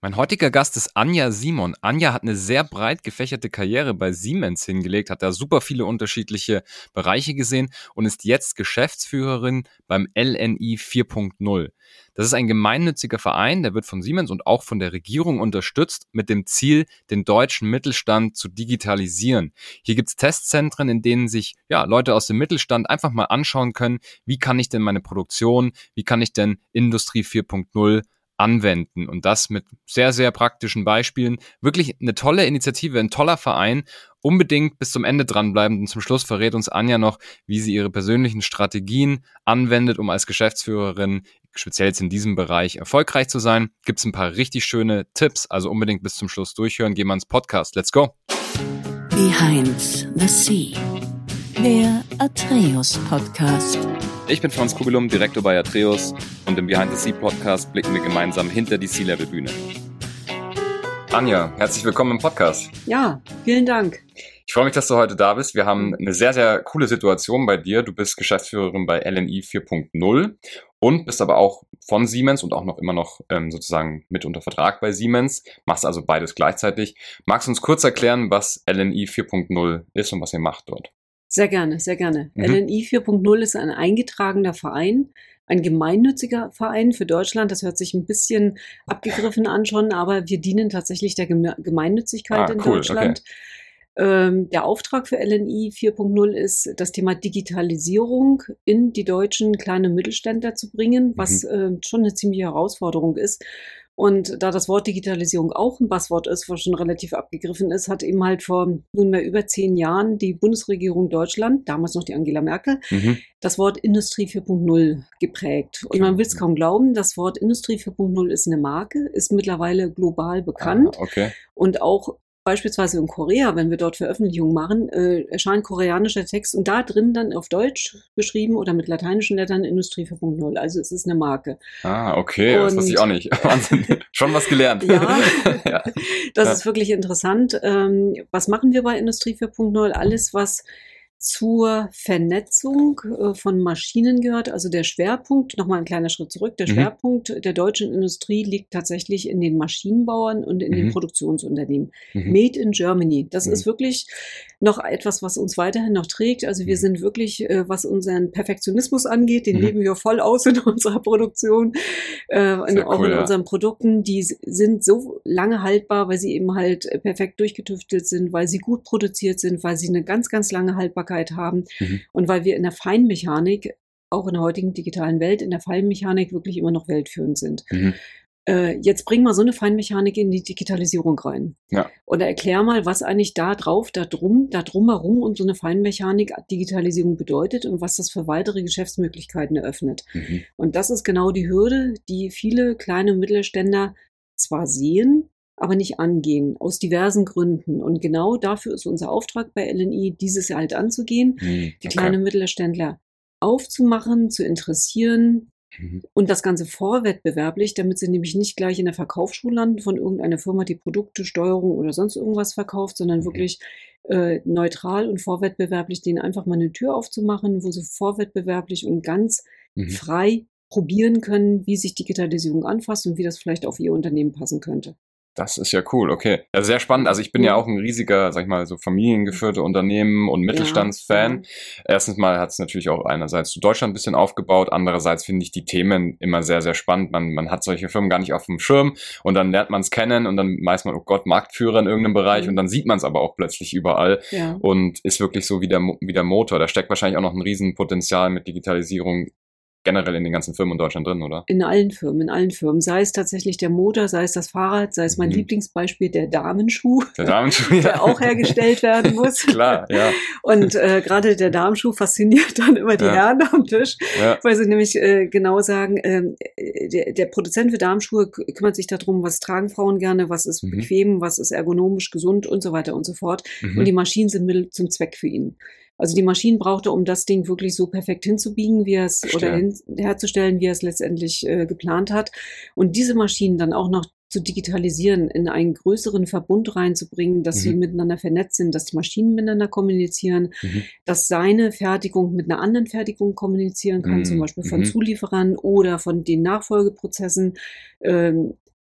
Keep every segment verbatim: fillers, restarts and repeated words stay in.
Mein heutiger Gast ist Anja Simon. Anja hat eine sehr breit gefächerte Karriere bei Siemens hingelegt, hat da super viele unterschiedliche Bereiche gesehen und ist jetzt Geschäftsführerin beim L N I vier Punkt null. Das ist ein gemeinnütziger Verein, der wird von Siemens und auch von der Regierung unterstützt mit dem Ziel, den deutschen Mittelstand zu digitalisieren. Hier gibt's Testzentren, in denen sich ja Leute aus dem Mittelstand einfach mal anschauen können, wie kann ich denn meine Produktion, wie kann ich denn Industrie vier Punkt null anwenden und das mit sehr, sehr praktischen Beispielen. Wirklich eine tolle Initiative, ein toller Verein. Unbedingt bis zum Ende dranbleiben und zum Schluss verrät uns Anja noch, wie sie ihre persönlichen Strategien anwendet, um als Geschäftsführerin, speziell jetzt in diesem Bereich, erfolgreich zu sein. Gibt es ein paar richtig schöne Tipps, also unbedingt bis zum Schluss durchhören. Gehen wir ins Podcast. Let's go! Behind the Sea, der Atreus Podcast. Ich bin Franz Kugelum, Direktor bei Atreus und im Behind the Sea Podcast blicken wir gemeinsam hinter die Sea-Level-Bühne. Anja, herzlich willkommen im Podcast. Ja, vielen Dank. Ich freue mich, dass du heute da bist. Wir haben eine sehr, sehr coole Situation bei dir. Du bist Geschäftsführerin bei L N I vier Punkt null und bist aber auch von Siemens und auch noch immer noch ähm, sozusagen mit unter Vertrag bei Siemens. Machst also beides gleichzeitig. Magst du uns kurz erklären, was L N I vier Punkt null ist und was ihr macht dort? Sehr gerne, sehr gerne. Mhm. L N I vier Punkt null ist ein eingetragener Verein, ein gemeinnütziger Verein für Deutschland. Das hört sich ein bisschen abgegriffen an schon, aber wir dienen tatsächlich der Geme- Gemeinnützigkeit Ah, in cool, Deutschland. Ähm, der Auftrag für L N I vier Punkt null ist, das Thema Digitalisierung in die deutschen kleinen Mittelständler zu bringen, was äh, schon eine ziemliche Herausforderung ist. Und da das Wort Digitalisierung auch ein Passwort ist, was schon relativ abgegriffen ist, hat eben halt vor nunmehr über zehn Jahren die Bundesregierung Deutschland, damals noch die Angela Merkel, Mhm. das Wort Industrie vier Punkt null geprägt. Und man will es kaum glauben, das Wort Industrie vier Punkt null ist eine Marke, ist mittlerweile global bekannt. Ah, okay. Und auch beispielsweise in Korea, wenn wir dort Veröffentlichungen machen, äh, erscheint koreanischer Text und da drin dann auf Deutsch beschrieben oder mit lateinischen Lettern Industrie vier Punkt null. Also es ist eine Marke. Ah, okay, das Und- wusste ich auch nicht. Wahnsinn. Schon was gelernt. Ja, Ja. das Ja. ist wirklich interessant. Ähm, was machen wir bei Industrie vier Punkt null? Alles, was zur Vernetzung äh, von Maschinen gehört, also der Schwerpunkt, nochmal ein kleiner Schritt zurück, der Mhm. Schwerpunkt der deutschen Industrie liegt tatsächlich in den Maschinenbauern und in Mhm. den Produktionsunternehmen. Mhm. Made in Germany. Das Mhm. ist wirklich noch etwas, was uns weiterhin noch trägt. Also wir Mhm. sind wirklich, äh, was unseren Perfektionismus angeht, den Mhm. leben wir voll aus in unserer Produktion, äh, in, Sehr auch cool, in ja. unseren Produkten. Die s- sind so lange haltbar, weil sie eben halt äh, perfekt durchgetüftelt sind, weil sie gut produziert sind, weil sie eine ganz, ganz lange Haltbarkeit haben Mhm. und weil wir in der Feinmechanik, auch in der heutigen digitalen Welt, in der Feinmechanik wirklich immer noch weltführend sind. Mhm. Äh, jetzt bring mal so eine Feinmechanik in die Digitalisierung rein. Ja. Oder erklär mal, was eigentlich da drauf, da drum, da drumherum um so eine Feinmechanik Digitalisierung bedeutet und was das für weitere Geschäftsmöglichkeiten eröffnet. Mhm. Und das ist genau die Hürde, die viele kleine Mittelständler zwar sehen, aber nicht angehen, aus diversen Gründen. Und genau dafür ist unser Auftrag bei L N I, dieses Jahr halt anzugehen, Mhm. die Okay. kleinen Mittelständler aufzumachen, zu interessieren, Mhm. und das Ganze vorwettbewerblich, damit sie nämlich nicht gleich in der Verkaufsschule landen von irgendeiner Firma, die Produkte, Steuerung oder sonst irgendwas verkauft, sondern Mhm. wirklich äh, neutral und vorwettbewerblich denen einfach mal eine Tür aufzumachen, wo sie vorwettbewerblich und ganz Mhm. frei probieren können, wie sich Digitalisierung anfasst und wie das vielleicht auf ihr Unternehmen passen könnte. Das ist ja cool, okay. Ja, sehr spannend. Also ich bin ja Ja. auch ein riesiger, sag ich mal, so familiengeführte Unternehmen und Mittelstandsfan. Erstens mal hat es natürlich auch einerseits zu Deutschland ein bisschen aufgebaut, andererseits finde ich die Themen immer sehr, sehr spannend. Man, man hat solche Firmen gar nicht auf dem Schirm und dann lernt man es kennen und dann weiß man, oh Gott, Marktführer in irgendeinem Bereich Mhm. und dann sieht man es aber auch plötzlich überall Ja. und ist wirklich so wie der, Mo- wie der Motor. Da steckt wahrscheinlich auch noch ein Riesenpotenzial mit Digitalisierung generell in den ganzen Firmen in Deutschland drin, oder? In allen Firmen, in allen Firmen. Sei es tatsächlich der Motor, sei es das Fahrrad, sei es mein Mhm. Lieblingsbeispiel, der Damenschuh, Der Damenschuh, der auch hergestellt werden muss. Klar, ja. Und äh, gerade der Darmschuh fasziniert dann immer die Ja. Herren am Tisch, Ja. weil sie nämlich äh, genau sagen, ähm, äh, der, der Produzent für Darmschuhe k- kümmert sich darum, was tragen Frauen gerne, was ist Mhm. bequem, was ist ergonomisch gesund und so weiter und so fort. Mhm. Und die Maschinen sind Mittel zum Zweck für ihn. Also die Maschinen braucht er, um das Ding wirklich so perfekt hinzubiegen, wie er es Verstehe. oder hin, herzustellen, wie er es letztendlich äh, geplant hat. Und diese Maschinen dann auch noch zu digitalisieren, in einen größeren Verbund reinzubringen, dass Mhm. sie miteinander vernetzt sind, dass die Maschinen miteinander kommunizieren, Mhm. dass seine Fertigung mit einer anderen Fertigung kommunizieren kann, Mhm. zum Beispiel von Mhm. Zulieferern oder von den Nachfolgeprozessen. Ähm,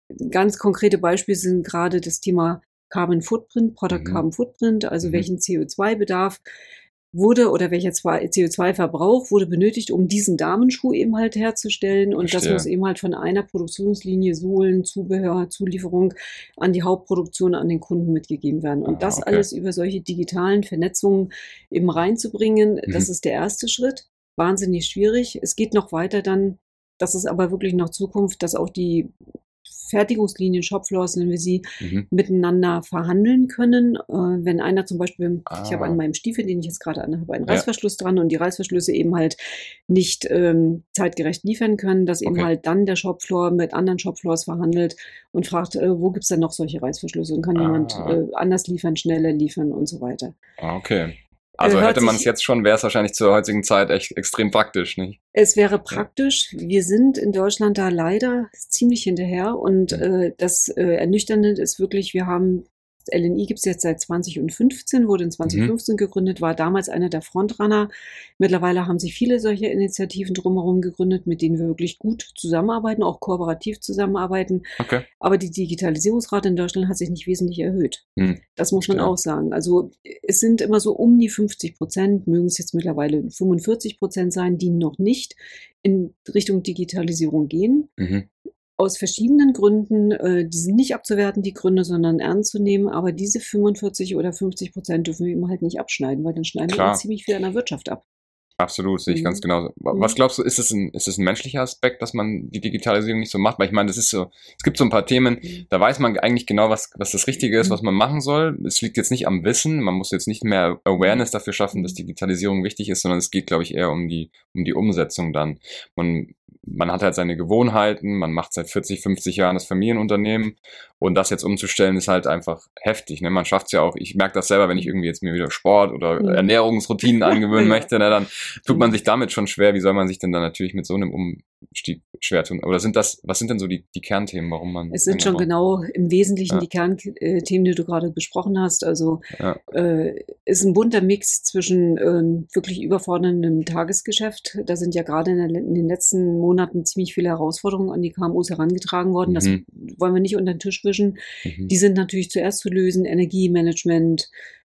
ganz konkrete Beispiele sind gerade das Thema Carbon Footprint, Product Mhm. Carbon Footprint, also Mhm. welchen C O zwei Bedarf wurde oder welcher C O zwei Verbrauch wurde benötigt, um diesen Damenschuh eben halt herzustellen. Und das Verstehe. muss eben halt von einer Produktionslinie, Sohlen, Zubehör, Zulieferung an die Hauptproduktion, an den Kunden mitgegeben werden. Und Ah, das okay. alles über solche digitalen Vernetzungen eben reinzubringen, das Mhm. ist der erste Schritt. Wahnsinnig schwierig. Es geht noch weiter dann, das ist aber wirklich noch Zukunft, dass auch die Fertigungslinien, Shopfloors, nennen wir sie, Mhm. miteinander verhandeln können. Äh, wenn einer zum Beispiel, ich habe an Ah. meinem Stiefel, den ich jetzt gerade anhabe, einen Ja. Reißverschluss dran und die Reißverschlüsse eben halt nicht ähm, zeitgerecht liefern können, dass eben Okay. halt dann der Shopfloor mit anderen Shopfloors verhandelt und fragt, äh, wo gibt's denn noch solche Reißverschlüsse und kann jemand Ah. äh, anders liefern, schneller liefern und so weiter. Ah, okay. Also Äh, hört hätte man es sich- jetzt schon, wäre es wahrscheinlich zur heutigen Zeit echt extrem praktisch, nicht? Es wäre praktisch. Wir sind in Deutschland da leider ziemlich hinterher und Mhm. äh, das äh, Ernüchternde ist wirklich, wir haben, das L N I gibt es jetzt seit zwanzig fünfzehn, wurde in zwanzig fünfzehn gegründet, war damals einer der Frontrunner. Mittlerweile haben sich viele solche Initiativen drumherum gegründet, mit denen wir wirklich gut zusammenarbeiten, auch kooperativ zusammenarbeiten. Okay. Aber die Digitalisierungsrate in Deutschland hat sich nicht wesentlich erhöht. Hm. Das muss man Verstehe. auch sagen. Also es sind immer so um die fünfzig Prozent, mögen es jetzt mittlerweile fünfundvierzig Prozent sein, die noch nicht in Richtung Digitalisierung gehen. Mhm. Aus verschiedenen Gründen, äh, die sind nicht abzuwerten, die Gründe, sondern ernst zu nehmen. Aber diese fünfundvierzig oder fünfzig Prozent dürfen wir eben halt nicht abschneiden, weil dann schneiden wir Klar. uns ziemlich viel an der Wirtschaft ab. Absolut, sehe ich Mhm. ganz genauso. Wa- Mhm. Was glaubst du, ist es ein, ist es ein menschlicher Aspekt, dass man die Digitalisierung nicht so macht? Weil ich meine, das ist so, es gibt so ein paar Themen, Mhm. da weiß man eigentlich genau, was, was das Richtige ist, Mhm. was man machen soll. Es liegt jetzt nicht am Wissen, man muss jetzt nicht mehr Awareness dafür schaffen, dass Digitalisierung wichtig ist, sondern es geht, glaube ich, eher um die, um die Umsetzung dann. Man, man hat halt seine Gewohnheiten, man macht seit vierzig, fünfzig Jahren das Familienunternehmen und das jetzt umzustellen ist halt einfach heftig. Ne? Man schafft es ja auch, ich merke das selber, wenn ich irgendwie jetzt mir wieder Sport oder Mhm. Ernährungsroutinen angewöhnen Ja. möchte, ne, dann tut man Mhm. sich damit schon schwer. Wie soll man sich denn dann natürlich mit so einem Umstieg schwer tun? Oder sind das, was sind denn so die, die Kernthemen, warum man... Es sind schon warum- genau im Wesentlichen Ja. die Kernthemen, die du gerade besprochen hast. Also Ja. äh, ist ein bunter Mix zwischen ähm, wirklich überforderndem Tagesgeschäft. Da sind ja gerade in, der, in den letzten Monaten ziemlich viele Herausforderungen an die K M Us herangetragen worden. Das Mhm. wollen wir nicht unter den Tisch wischen. Mhm. Die sind natürlich zuerst zu lösen, Energiemanagement,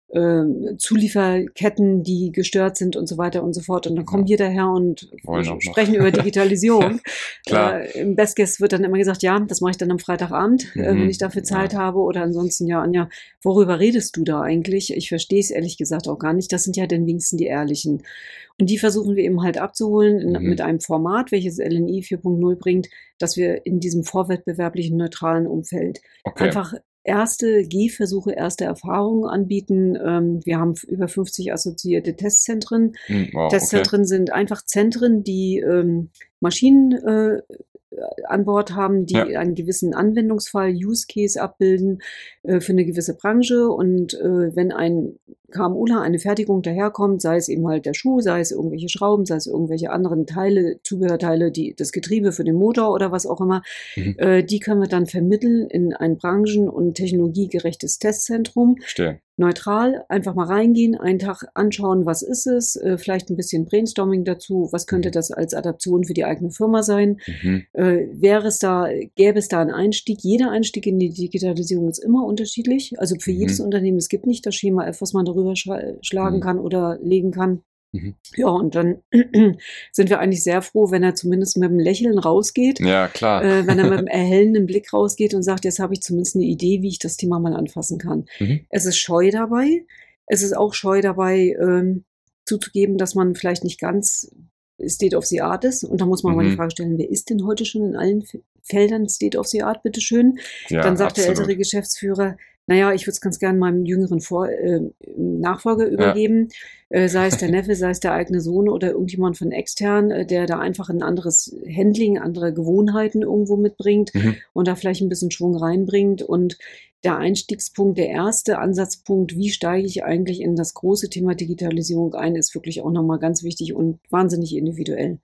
ähm, Zulieferketten, die gestört sind und so weiter und so fort. Und dann kommen wir daher und Wollen auch noch. sprechen über Digitalisierung. Klar. Äh, Im Best Case wird dann immer gesagt, ja, das mache ich dann am Freitagabend, äh, Mhm. wenn ich dafür Zeit Ja. habe. Oder ansonsten, ja, Anja, worüber redest du da eigentlich? Ich verstehe es ehrlich gesagt auch gar nicht. Das sind ja dann wenigstens die Ehrlichen. Und die versuchen wir eben halt abzuholen in, Mhm. mit einem Format, welches L N I vier Punkt null bringt, dass wir in diesem vorwettbewerblichen, neutralen Umfeld Okay. einfach erste Gehversuche, erste Erfahrungen anbieten. Ähm, wir haben f- über fünfzig assoziierte Testzentren. Hm, wow, okay. Testzentren sind einfach Zentren, die ähm, Maschinen äh, an Bord haben, die Ja. einen gewissen Anwendungsfall, Use Case abbilden äh, für eine gewisse Branche. Und äh, wenn ein KMUler, eine Fertigung daherkommt, sei es eben halt der Schuh, sei es irgendwelche Schrauben, sei es irgendwelche anderen Teile, Zubehörteile, die, das Getriebe für den Motor oder was auch immer, Mhm. äh, die können wir dann vermitteln in ein branchen- und technologiegerechtes Testzentrum. Verstehe. Neutral, einfach mal reingehen, einen Tag anschauen, was ist es, äh, vielleicht ein bisschen Brainstorming dazu, was könnte Mhm. das als Adaption für die eigene Firma sein, Mhm. äh, wäre es da, gäbe es da einen Einstieg, jeder Einstieg in die Digitalisierung ist immer unterschiedlich, also für Mhm. jedes Unternehmen, es gibt nicht das Schema F, was man darüber schla- schlagen Mhm. kann oder legen kann. Mhm. Ja, und dann sind wir eigentlich sehr froh, wenn er zumindest mit einem Lächeln rausgeht, Ja, klar. äh, wenn er mit einem erhellenden Blick rausgeht und sagt, jetzt habe ich zumindest eine Idee, wie ich das Thema mal anfassen kann. Mhm. Es ist Scheu dabei. Es ist auch Scheu dabei, ähm, zuzugeben, dass man vielleicht nicht ganz State of the Art ist. Und da muss man mal die Mhm. Frage stellen, wer ist denn heute schon in allen F- Feldern State of the Art, bitteschön? Ja, Dann sagt der absolut. ältere Geschäftsführer, naja, ich würde es ganz gern meinem jüngeren Vor äh, Nachfolger übergeben, äh, sei es der Neffe, sei es der eigene Sohn oder irgendjemand von extern, äh, der da einfach ein anderes Handling, andere Gewohnheiten irgendwo mitbringt Mhm. und da vielleicht ein bisschen Schwung reinbringt. Und der Einstiegspunkt, der erste Ansatzpunkt, wie steige ich eigentlich in das große Thema Digitalisierung ein, ist wirklich auch nochmal ganz wichtig und wahnsinnig individuell.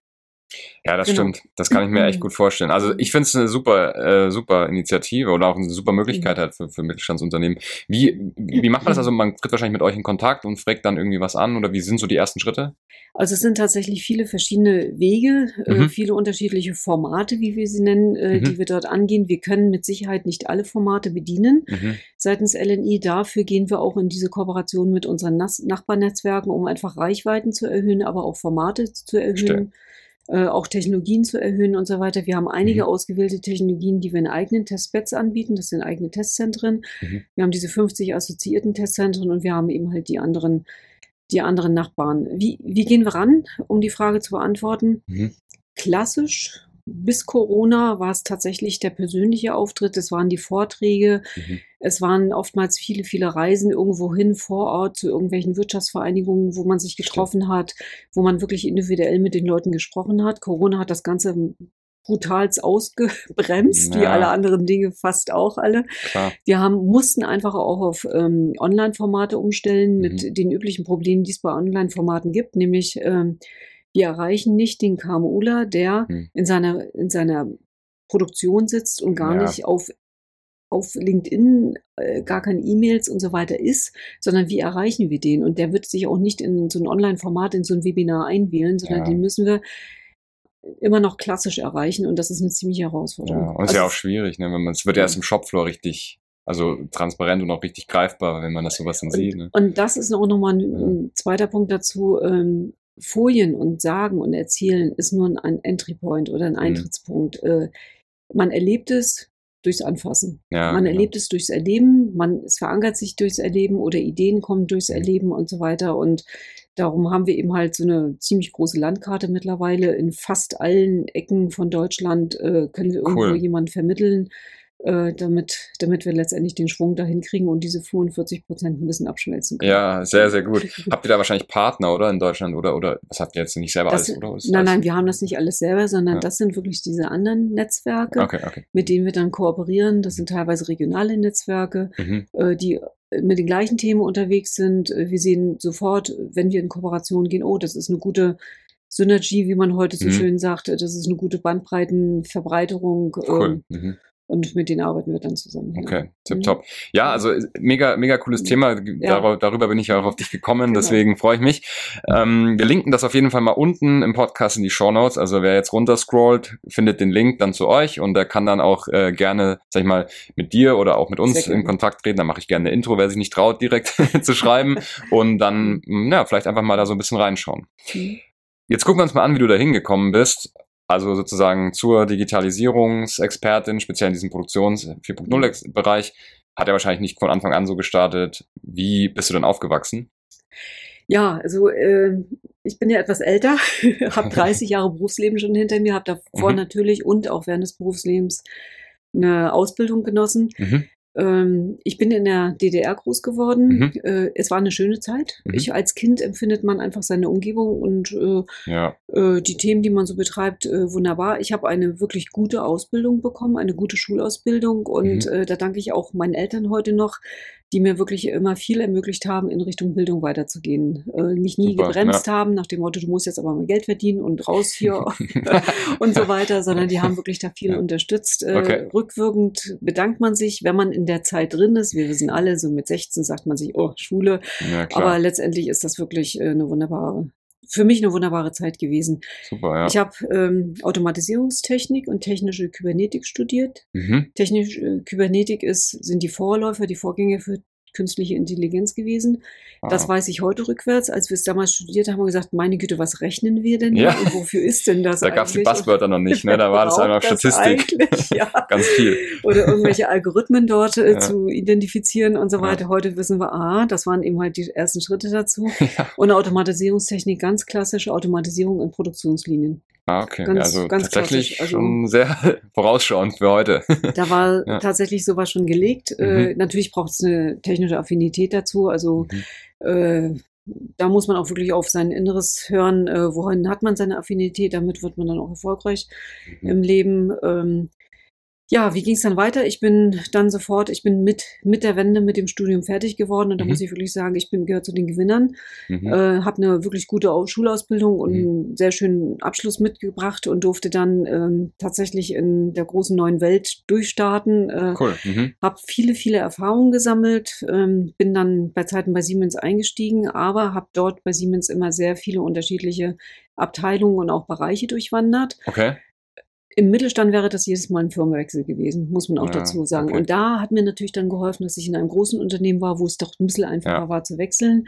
Ja, das Genau. stimmt. Das kann ich mir echt gut vorstellen. Also ich finde es eine super, äh, super Initiative oder auch eine super Möglichkeit halt für, für Mittelstandsunternehmen. Wie, wie macht man das? Also man tritt wahrscheinlich mit euch in Kontakt und fragt dann irgendwie was an oder wie sind so die ersten Schritte? Also es sind tatsächlich viele verschiedene Wege, äh, Mhm. viele unterschiedliche Formate, wie wir sie nennen, äh, Mhm. die wir dort angehen. Wir können mit Sicherheit nicht alle Formate bedienen Mhm. seitens L N I. Dafür gehen wir auch in diese Kooperation mit unseren Nas Nachbarnetzwerken, um einfach Reichweiten zu erhöhen, aber auch Formate zu erhöhen, äh, auch Technologien zu erhöhen und so weiter. Wir haben einige Mhm. ausgewählte Technologien, die wir in eigenen Testbeds anbieten. Das sind eigene Testzentren. Mhm. Wir haben diese fünfzig assoziierten Testzentren und wir haben eben halt die anderen die anderen Nachbarn. Wie, wie gehen wir ran, um die Frage zu beantworten? Mhm. Klassisch, bis Corona war es tatsächlich der persönliche Auftritt, es waren die Vorträge, Mhm. es waren oftmals viele, viele Reisen irgendwo hin vor Ort zu irgendwelchen Wirtschaftsvereinigungen, wo man sich getroffen hat, wo man wirklich individuell mit den Leuten gesprochen hat. Corona hat das Ganze brutalst ausgebremst, wie alle Ja, anderen Dinge, fast auch alle. klar. Wir haben, mussten einfach auch auf ähm, Online-Formate umstellen mit Mhm. den üblichen Problemen, die es bei Online-Formaten gibt, nämlich ähm, wir erreichen nicht den KMUler, der Mhm. in seiner, in seiner Produktion sitzt und gar Ja. nicht auf, auf LinkedIn äh, gar keine E-Mails und so weiter ist, sondern wie erreichen wir den? Und der wird sich auch nicht in so ein Online-Format, in so ein Webinar einwählen, sondern Ja. den müssen wir immer noch klassisch erreichen und das ist eine ziemliche Herausforderung. Ja, und ist Also ja auch es- schwierig, ne? Wenn man, es wird ja erst im Shopfloor richtig, also transparent und auch richtig greifbar, wenn man das sowas dann sieht, Und, ne? und das ist auch nochmal ein, Ja. ein zweiter Punkt dazu. Ähm, Folien und Sagen und Erzählen ist nur ein Entry Point oder ein Mhm. Eintrittspunkt. Äh, man erlebt es durchs Anfassen. Ja, Man genau. erlebt es durchs Erleben, man, es verankert sich durchs Erleben oder Ideen kommen durchs Mhm. Erleben und so weiter. Und darum haben wir eben halt so eine ziemlich große Landkarte mittlerweile. In fast allen Ecken von Deutschland äh, können wir irgendwo Cool. jemanden vermitteln, äh, damit, damit wir letztendlich den Schwung dahin kriegen und diese fünfundvierzig Prozent ein bisschen abschmelzen können. Ja, sehr, sehr gut. Habt ihr da wahrscheinlich Partner, oder, in Deutschland? Oder, oder was habt ihr jetzt nicht selber Das, alles, oder? Ist nein, alles- nein, wir haben das nicht alles selber, sondern Ja. das sind wirklich diese anderen Netzwerke, Okay, okay. mit denen wir dann kooperieren. Das sind teilweise regionale Netzwerke, Mhm. äh, die mit den gleichen Themen unterwegs sind. Äh, Wir sehen sofort, wenn wir in Kooperation gehen, oh, das ist eine gute Synergie, wie man heute so Mhm. schön sagt. Das ist eine gute Bandbreitenverbreiterung. Cool. ähm, Mhm. Und mit denen arbeiten wir dann zusammen. ja. Okay, Mhm. tipptopp. Ja, also äh, mega, mega cooles Mhm. Thema. Ja. Dar darüber bin ich ja auch auf dich gekommen, Genau. deswegen freue ich mich. Ähm, wir linken das auf jeden Fall mal unten im Podcast in die Shownotes. Also wer jetzt runterscrollt, findet den Link dann zu euch und der kann dann auch äh, gerne, sag ich mal, mit dir oder auch mit uns Sehr gerne. in Kontakt treten. Da mache ich gerne eine Intro, wer sich nicht traut, direkt zu schreiben und dann, mh, ja, vielleicht einfach mal da so ein bisschen reinschauen. Mhm. Jetzt gucken wir uns mal an, wie du da hingekommen bist. Also sozusagen zur Digitalisierungsexpertin, speziell in diesem Produktions vier Punkt null Bereich. Hat er wahrscheinlich nicht von Anfang an so gestartet. Wie bist du dann aufgewachsen? Ja, also äh, ich bin ja etwas älter, habe dreißig Jahre Berufsleben schon hinter mir, habe davor Mhm. natürlich und auch während des Berufslebens eine Ausbildung genossen. Mhm. Ähm, ich bin in der D D R groß geworden. Mhm. Äh, es war eine schöne Zeit. Mhm. Ich als Kind empfindet man einfach seine Umgebung und äh, Ja. äh, die Themen, die man so betreibt, äh, wunderbar. Ich habe eine wirklich gute Ausbildung bekommen, eine gute Schulausbildung und Mhm. äh, da danke ich auch meinen Eltern heute noch, die mir wirklich immer viel ermöglicht haben, in Richtung Bildung weiterzugehen. Äh, mich nie Super, gebremst haben nach dem Motto, du musst jetzt aber mal Geld verdienen und raus hier und so weiter, sondern die haben wirklich da viel Ja. unterstützt. Äh, Okay. Rückwirkend bedankt man sich, wenn man in der Zeit drin ist. Wir wissen alle, so mit sechzehn sagt man sich, oh, Schule. Ja, klar. Aber letztendlich ist das wirklich äh, eine wunderbare, für mich eine wunderbare Zeit gewesen. Super, ja. Ich habe ähm, Automatisierungstechnik und technische Kybernetik studiert. Mhm. Technische Kybernetik ist, sind die Vorläufer, die Vorgänger für künstliche Intelligenz gewesen. Das Ah. weiß ich heute rückwärts. Als wir es damals studiert haben, haben wir gesagt, meine Güte, was rechnen wir denn Ja. hier und wofür ist denn das Da gab es die eigentlich? Buzzwörter noch nicht, ne? Da war das Braucht einmal das Statistik. eigentlich? Ja. Ganz viel. Oder irgendwelche Algorithmen dort äh, Ja. zu identifizieren und so Ja. weiter. Heute wissen wir, ah, das waren eben halt die ersten Schritte dazu. Ja. Und Automatisierungstechnik, ganz klassische Automatisierung in Produktionslinien. Ah, okay. Ganz- also ganz tatsächlich klassisch. Also- schon sehr vorausschauend für heute. Da war Ja. tatsächlich sowas schon gelegt. Äh, natürlich braucht es eine technische Affinität dazu. Also Mhm. äh, da muss man auch wirklich auf sein Inneres hören, äh, wohin hat man seine Affinität, damit wird man dann auch erfolgreich Mhm. im Leben. Ähm, Ja, wie ging es dann weiter? Ich bin dann sofort, ich bin mit, mit der Wende mit dem Studium fertig geworden und da Mhm. muss ich wirklich sagen, ich bin gehört zu den Gewinnern, Mhm. äh, habe eine wirklich gute Au- Schulausbildung und Mhm. einen sehr schönen Abschluss mitgebracht und durfte dann ähm, tatsächlich in der großen neuen Welt durchstarten. Äh, Cool. Mhm. Habe viele, viele Erfahrungen gesammelt, ähm, bin dann bei Zeiten bei Siemens eingestiegen, aber habe dort bei Siemens immer sehr viele unterschiedliche Abteilungen und auch Bereiche durchwandert. Okay. Im Mittelstand wäre das jedes Mal ein Firmenwechsel gewesen, muss man auch Ja, dazu sagen. okay. Und da hat mir natürlich dann geholfen, dass ich in einem großen Unternehmen war, wo es doch ein bisschen einfacher Ja. war zu wechseln.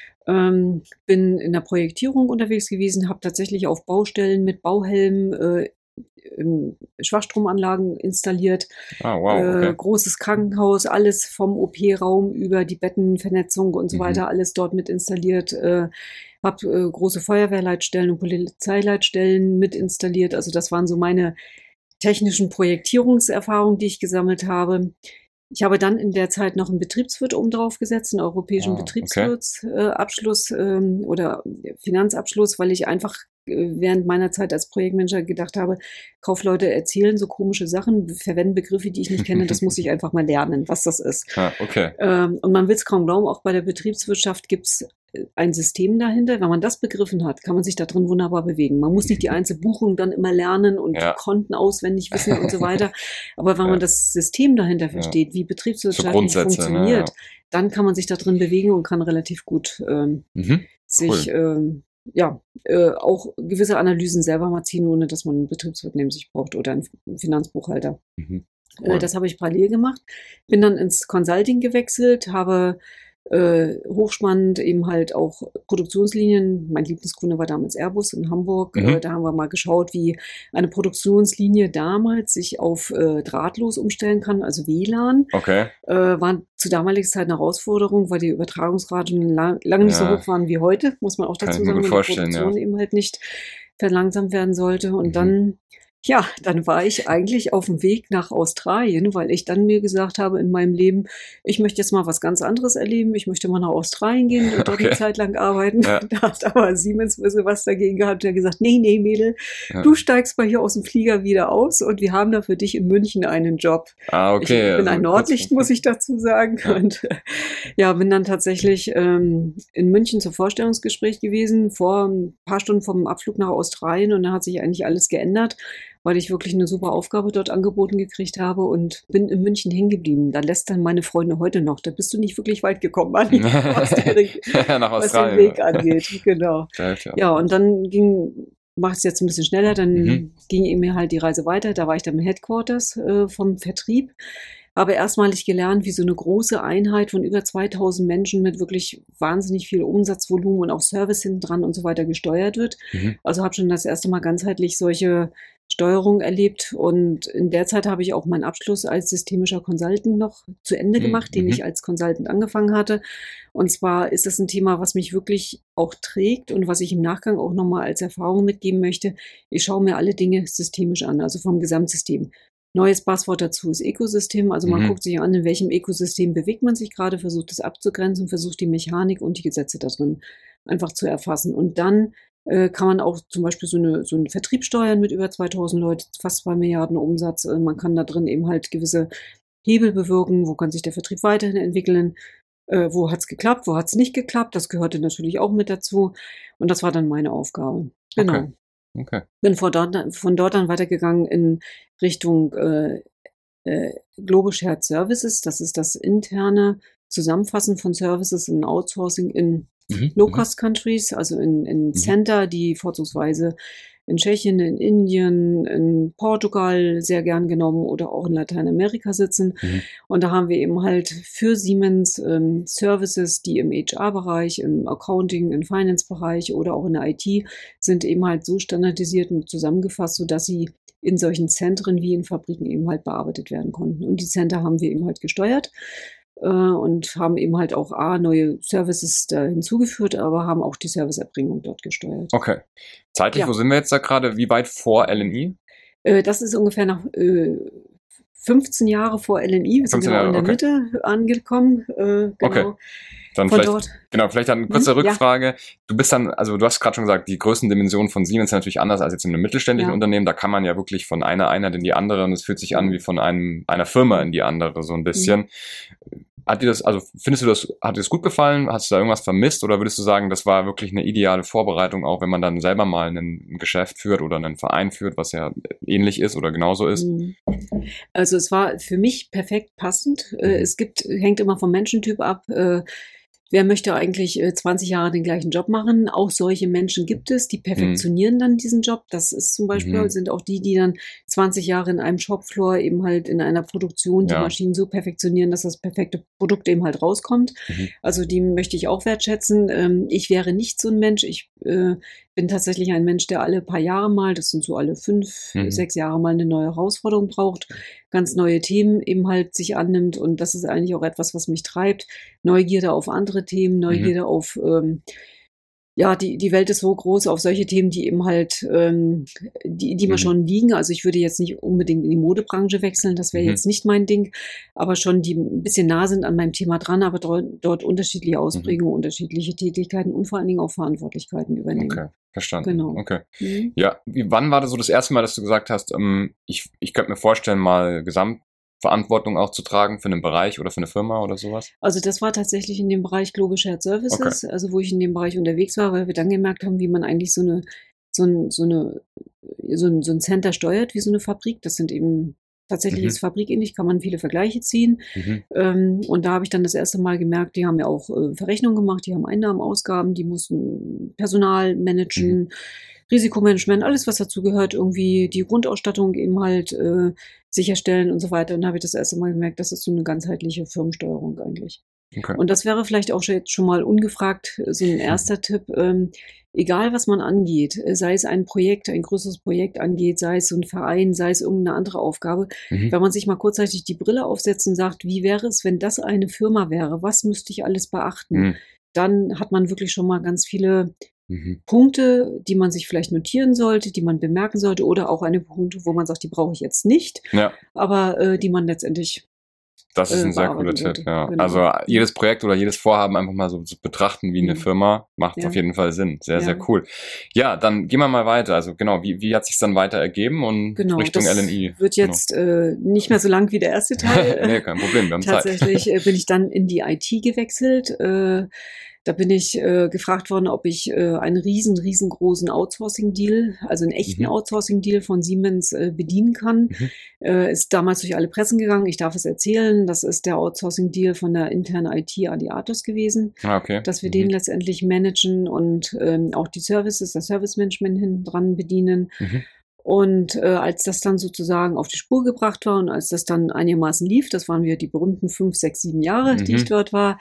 Ähm, bin in der Projektierung unterwegs gewesen, habe tatsächlich auf Baustellen mit Bauhelmen äh, ähm, Schwachstromanlagen installiert, Ah, wow, äh, okay. großes Krankenhaus, alles vom O P-Raum über die Bettenvernetzung und so Mhm. weiter, alles dort mit installiert. Äh, habe äh, große Feuerwehrleitstellen und Polizeileitstellen mit installiert. Also das waren so meine technischen Projektierungserfahrungen, die ich gesammelt habe. Ich habe dann in der Zeit noch einen Betriebswirt oben drauf gesetzt, einen europäischen Ah, okay. Betriebswirtsabschluss ähm, oder Finanzabschluss, weil ich einfach äh, während meiner Zeit als Projektmanager gedacht habe, Kaufleute erzählen so komische Sachen, verwenden Begriffe, die ich nicht kenne, das muss ich einfach mal lernen, was das ist. Ah, okay. Ähm, und man will es kaum glauben, auch bei der Betriebswirtschaft gibt es ein System dahinter. Wenn man das begriffen hat, kann man sich da drin wunderbar bewegen. Man muss nicht die einzelne Buchung dann immer lernen und Ja. Konten auswendig wissen und so weiter. Aber wenn Ja. man das System dahinter Ja. versteht, wie So betriebswirtschaftlich Grundsätze, ne? funktioniert, Ja. dann kann man sich da drin bewegen und kann relativ gut ähm, Mhm. sich Cool. ähm, ja, äh, auch gewisse Analysen selber mal ziehen, ohne dass man einen Betriebswirt neben sich braucht oder einen Finanzbuchhalter. Mhm. Äh, Cool. Das habe ich parallel gemacht. Bin dann ins Consulting gewechselt, habe äh, hochspannend eben halt auch Produktionslinien. Mein Lieblingskunde war damals Airbus in Hamburg. Mhm. Äh, da haben wir mal geschaut, wie eine Produktionslinie damals sich auf äh, drahtlos umstellen kann, also W LAN. Okay. Äh, war zu damaliger Zeit eine Herausforderung, weil die Übertragungsraten lang, lange nicht so Ja. hoch waren wie heute, muss man auch Kann dazu ich mir sagen, gut wenn die vorstellen, ja. Produktion eben halt nicht verlangsamt werden sollte. Und Mhm. dann, ja, dann war ich eigentlich auf dem Weg nach Australien, weil ich dann mir gesagt habe in meinem Leben, ich möchte jetzt mal was ganz anderes erleben. Ich möchte mal nach Australien gehen und dort eine Okay. Zeit lang arbeiten. Ja. Da hat aber Siemens ein bisschen was dagegen gehabt. Der hat gesagt, nee, nee, Mädel, Ja. du steigst mal hier aus dem Flieger wieder aus und wir haben da für dich in München einen Job. Ah, okay. Ich bin Also ein kurz Nordlicht, muss ich dazu sagen. Ja. Und äh, ja, bin dann tatsächlich ähm, in München zum Vorstellungsgespräch gewesen, vor ein paar Stunden vom Abflug nach Australien. Und da hat sich eigentlich alles geändert, weil ich wirklich eine super Aufgabe dort angeboten gekriegt habe und bin in München hängen geblieben. Da lässt dann meine Freunde heute noch. Da bist du nicht wirklich weit gekommen, Anni, was, den, nach was den Australien. Weg angeht. Genau. Vielleicht, ja. Ja, und dann ging, mach es jetzt ein bisschen schneller, dann Mhm. ging mir halt die Reise weiter. Da war ich dann im Headquarters äh, vom Vertrieb. Habe erstmalig gelernt, wie so eine große Einheit von über zweitausend Menschen mit wirklich wahnsinnig viel Umsatzvolumen und auch Service hinten dran und so weiter gesteuert wird. Mhm. Also habe schon das erste Mal ganzheitlich solche Steuerung erlebt und in der Zeit habe ich auch meinen Abschluss als systemischer Consultant noch zu Ende Mhm. gemacht, den Mhm. ich als Consultant angefangen hatte. Und zwar ist das ein Thema, was mich wirklich auch trägt und was ich im Nachgang auch nochmal als Erfahrung mitgeben möchte. Ich schaue mir alle Dinge systemisch an, also vom Gesamtsystem. Neues Passwort dazu ist Ökosystem. Also man Mhm. guckt sich an, in welchem Ökosystem bewegt man sich gerade, versucht es abzugrenzen, versucht die Mechanik und die Gesetze da drin einfach zu erfassen. Und dann äh, kann man auch zum Beispiel so, eine, so einen Vertrieb steuern mit über zweitausend Leuten, fast zwei Milliarden Umsatz. Äh, man kann da drin eben halt gewisse Hebel bewirken. Wo kann sich der Vertrieb weiterhin entwickeln? Äh, wo hat es geklappt? Wo hat es nicht geklappt? Das gehörte natürlich auch mit dazu. Und das war dann meine Aufgabe. Genau. Okay. Okay. Bin von dort, von dort dann weitergegangen in Richtung äh, äh, Global Shared Services. Das ist das interne Zusammenfassen von Services und Outsourcing in Mhm. Low-Cost-Countries, also in, in Mhm. Center, die vorzugsweise in Tschechien, in Indien, in Portugal sehr gern genommen oder auch in Lateinamerika sitzen. Mhm. Und da haben wir eben halt für Siemens ähm, Services, die im H R-Bereich, im Accounting, im Finance-Bereich oder auch in der I T sind eben halt so standardisiert und zusammengefasst, sodass sie in solchen Zentren wie in Fabriken eben halt bearbeitet werden konnten. Und die Center haben wir eben halt gesteuert äh, und haben eben halt auch A, neue Services da hinzugeführt, aber haben auch die Serviceerbringung dort gesteuert. Okay. Zeitlich, Ja. wo sind wir jetzt da gerade? Wie weit vor L N I? Äh, das ist ungefähr nach äh, fünfzehn Jahre vor L N I. Wir sind fünfzehn genau Jahre, in der okay. Mitte angekommen. Äh, genau. Okay. Dann Von vielleicht, dort. genau, vielleicht dann eine Hm, kurze ja. Rückfrage. Du bist dann, also du hast gerade schon gesagt, die Größendimensionen von Siemens sind natürlich anders als jetzt in einem mittelständischen Ja. Unternehmen. Da kann man ja wirklich von einer Einheit in die andere und es fühlt sich an wie von einem, einer Firma in die andere, so ein bisschen. Hat dir das, also findest du das, hat dir das gut gefallen? Hast du da irgendwas vermisst? Oder würdest du sagen, das war wirklich eine ideale Vorbereitung, auch wenn man dann selber mal ein Geschäft führt oder einen Verein führt, was ja ähnlich ist oder genauso ist? Mhm. Also es war für mich perfekt passend. Äh, Es gibt, hängt immer vom Menschentyp ab. Äh, Wer möchte eigentlich äh, zwanzig Jahre den gleichen Job machen? Auch solche Menschen gibt es, die perfektionieren dann diesen Job. Das ist zum Beispiel, Mhm. sind auch die, die dann zwanzig Jahre in einem Shopfloor eben halt in einer Produktion die Ja. Maschinen so perfektionieren, dass das perfekte Produkt eben halt rauskommt. Mhm. Also die möchte ich auch wertschätzen. Ähm, ich wäre nicht so ein Mensch. Ich äh, bin tatsächlich ein Mensch, der alle paar Jahre mal, das sind so alle fünf, Mhm. sechs Jahre mal eine neue Herausforderung braucht, ganz neue Themen eben halt sich annimmt. Und das ist eigentlich auch etwas, was mich treibt. Neugierde auf andere Themen, Neugierde auf, ähm, ja, die, die Welt ist so groß, auf solche Themen, die eben halt, ähm, die, die mir Mhm. schon liegen. Also ich würde jetzt nicht unbedingt in die Modebranche wechseln, das wäre Mhm. jetzt nicht mein Ding, aber schon die ein bisschen nah sind an meinem Thema dran, aber dort, dort unterschiedliche Ausprägungen, unterschiedliche Tätigkeiten und vor allen Dingen auch Verantwortlichkeiten übernehmen. Okay, verstanden. Genau. Okay. Mhm. Ja, wie, wann war das so das erste Mal, dass du gesagt hast, ähm, ich, ich könnte mir vorstellen, mal Gesamtverantwortung auch zu tragen für einen Bereich oder für eine Firma oder sowas? Also das war tatsächlich in dem Bereich Global Shared Services, also wo ich in dem Bereich unterwegs war, weil wir dann gemerkt haben, wie man eigentlich so eine, so ein, so eine, so ein, so ein Center steuert, wie so eine Fabrik. Das sind eben, tatsächlich Mhm. ist fabrikähnlich, kann man viele Vergleiche ziehen. Mhm. Ähm, und da habe ich dann das erste Mal gemerkt, die haben ja auch äh, Verrechnungen gemacht, die haben Einnahmen, Ausgaben, die mussten Personal managen, Risikomanagement, alles was dazu gehört, irgendwie die Grundausstattung eben halt äh, sicherstellen und so weiter. Und da habe ich das erste Mal gemerkt, das ist so eine ganzheitliche Firmensteuerung eigentlich. Okay. Und das wäre vielleicht auch schon jetzt schon mal ungefragt äh, so ein erster Tipp. Ähm, egal was man angeht, äh, sei es ein Projekt, ein größeres Projekt angeht, sei es so ein Verein, sei es irgendeine andere Aufgabe, Mhm. wenn man sich mal kurzzeitig die Brille aufsetzt und sagt, wie wäre es, wenn das eine Firma wäre? Was müsste ich alles beachten? Mhm. Dann hat man wirklich schon mal ganz viele Mhm. Punkte, die man sich vielleicht notieren sollte, die man bemerken sollte oder auch eine Punkte, wo man sagt, die brauche ich jetzt nicht, Ja, aber äh, die man letztendlich das ist äh, ein sehr cooler bearbeiten Tipp, sollte. ja. Genau. Also jedes Projekt oder jedes Vorhaben einfach mal so zu betrachten wie eine Mhm. Firma, macht Ja. auf jeden Fall Sinn. Sehr, Ja. sehr cool. Ja, dann gehen wir mal weiter. Also genau, wie, wie hat sich dann weiter ergeben und Genau, Richtung das L and E? wird jetzt äh, nicht mehr so lang wie der erste Teil. Nee, kein Problem, wir haben Zeit. Tatsächlich äh, bin ich dann in die I T gewechselt. Äh, da bin ich äh, gefragt worden, ob ich äh, einen riesen, riesengroßen Outsourcing-Deal, also einen echten Mhm. Outsourcing-Deal von Siemens äh, bedienen kann. Mhm. Äh, ist damals durch alle Pressen gegangen. Ich darf es erzählen. Das ist der Outsourcing-Deal von der internen I T an die Atos gewesen, Ah, okay. dass wir Mhm. den letztendlich managen und ähm, auch die Services, das Service-Management hinten dran bedienen. Mhm. Und äh, als das dann sozusagen auf die Spur gebracht war und als das dann einigermaßen lief, das waren wir die berühmten fünf, sechs, sieben Jahre, die Mhm. ich dort war,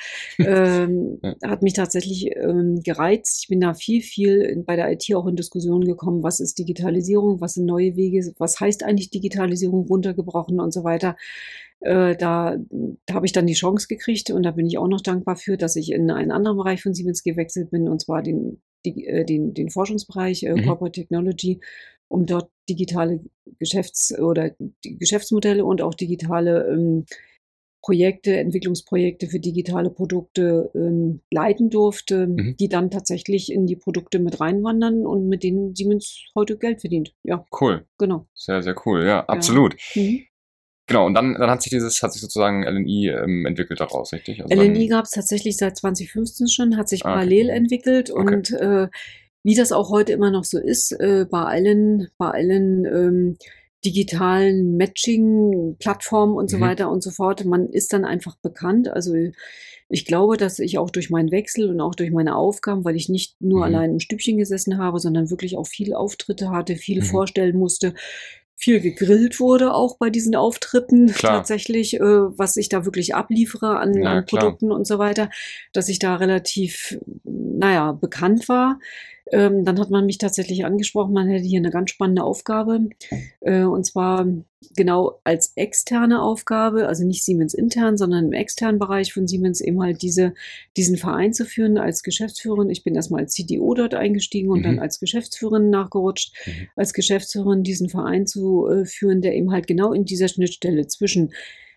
ähm, Ja. hat mich tatsächlich ähm, gereizt. Ich bin da viel, viel in, bei der I T auch in Diskussionen gekommen, was ist Digitalisierung, was sind neue Wege, was heißt eigentlich Digitalisierung runtergebrochen und so weiter. Äh, da da habe ich dann die Chance gekriegt und da bin ich auch noch dankbar für, dass ich in einen anderen Bereich von Siemens gewechselt bin, und zwar den, die, äh, den, den Forschungsbereich äh, Mhm. Corporate Technology, um dort digitale Geschäfts- oder die Geschäftsmodelle und auch digitale ähm, Projekte, Entwicklungsprojekte für digitale Produkte ähm, leiten durfte, Mhm. die dann tatsächlich in die Produkte mit reinwandern und mit denen Siemens heute Geld verdient. Ja, Cool. genau. Sehr, sehr cool. Ja, absolut. Mhm. Genau, und dann, dann hat sich dieses, hat sich sozusagen L and E ähm, entwickelt daraus, richtig? Also L and E dann, gab es tatsächlich seit zwanzig fünfzehn schon, hat sich Ah, okay. parallel Mhm. entwickelt Okay. und äh, wie das auch heute immer noch so ist, äh, bei allen, bei allen ähm, digitalen Matching-Plattformen und so Mhm. weiter und so fort, man ist dann einfach bekannt. Also ich glaube, dass ich auch durch meinen Wechsel und auch durch meine Aufgaben, weil ich nicht nur Mhm. allein im Stübchen gesessen habe, sondern wirklich auch viele Auftritte hatte, viel Mhm. vorstellen musste, viel gegrillt wurde auch bei diesen Auftritten Klar. tatsächlich, äh, was ich da wirklich abliefere an, Ja, an klar. Produkten und so weiter, dass ich da relativ, naja, bekannt war. Ähm, dann hat man mich tatsächlich angesprochen, man hätte hier eine ganz spannende Aufgabe, äh, und zwar genau als externe Aufgabe, also nicht Siemens intern, sondern im externen Bereich von Siemens eben halt diese, diesen Verein zu führen als Geschäftsführerin. Ich bin erstmal als C D O dort eingestiegen und Mhm. dann als Geschäftsführerin nachgerutscht, Mhm. als Geschäftsführerin diesen Verein zu äh, führen, der eben halt genau in dieser Schnittstelle zwischen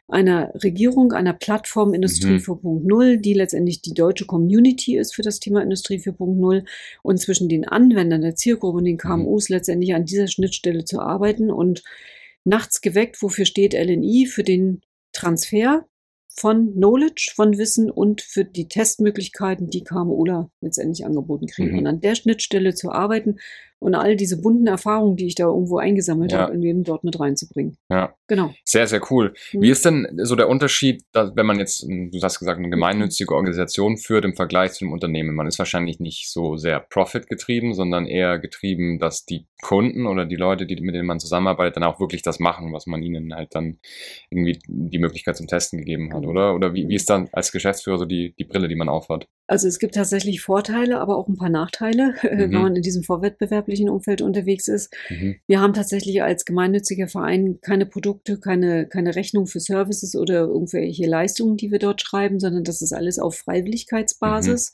einer Regierung, einer Plattform Industrie Mhm. vier Punkt null, die letztendlich die deutsche Community ist für das Thema Industrie vier Punkt null und zwischen den Anwendern, der Zielgruppe und den K M Us letztendlich an dieser Schnittstelle zu arbeiten und nachts geweckt, wofür steht L N I? Für den Transfer von Knowledge, von Wissen und für die Testmöglichkeiten, die KMUler letztendlich angeboten kriegen. Mhm. Und an der Schnittstelle zu arbeiten und all diese bunten Erfahrungen, die ich da irgendwo eingesammelt Ja. habe, in eben dort mit reinzubringen. Ja. Genau. Sehr, sehr cool. Mhm. Wie ist denn so der Unterschied, dass, wenn man jetzt, du hast gesagt, eine gemeinnützige Organisation führt im Vergleich zu einem Unternehmen? Man ist wahrscheinlich nicht so sehr profitgetrieben, sondern eher getrieben, dass die Kunden oder die Leute, die, mit denen man zusammenarbeitet, dann auch wirklich das machen, was man ihnen halt dann irgendwie die Möglichkeit zum Testen gegeben hat, Genau. oder? Oder wie, wie ist dann als Geschäftsführer so die, die Brille, die man aufhat? Also es gibt tatsächlich Vorteile, aber auch ein paar Nachteile, wenn Mhm. man in diesem vorwettbewerblichen Umfeld unterwegs ist. Mhm. Wir haben tatsächlich als gemeinnütziger Verein keine Produkte, keine, keine Rechnung für Services oder irgendwelche Leistungen, die wir dort schreiben, sondern das ist alles auf Freiwilligkeitsbasis.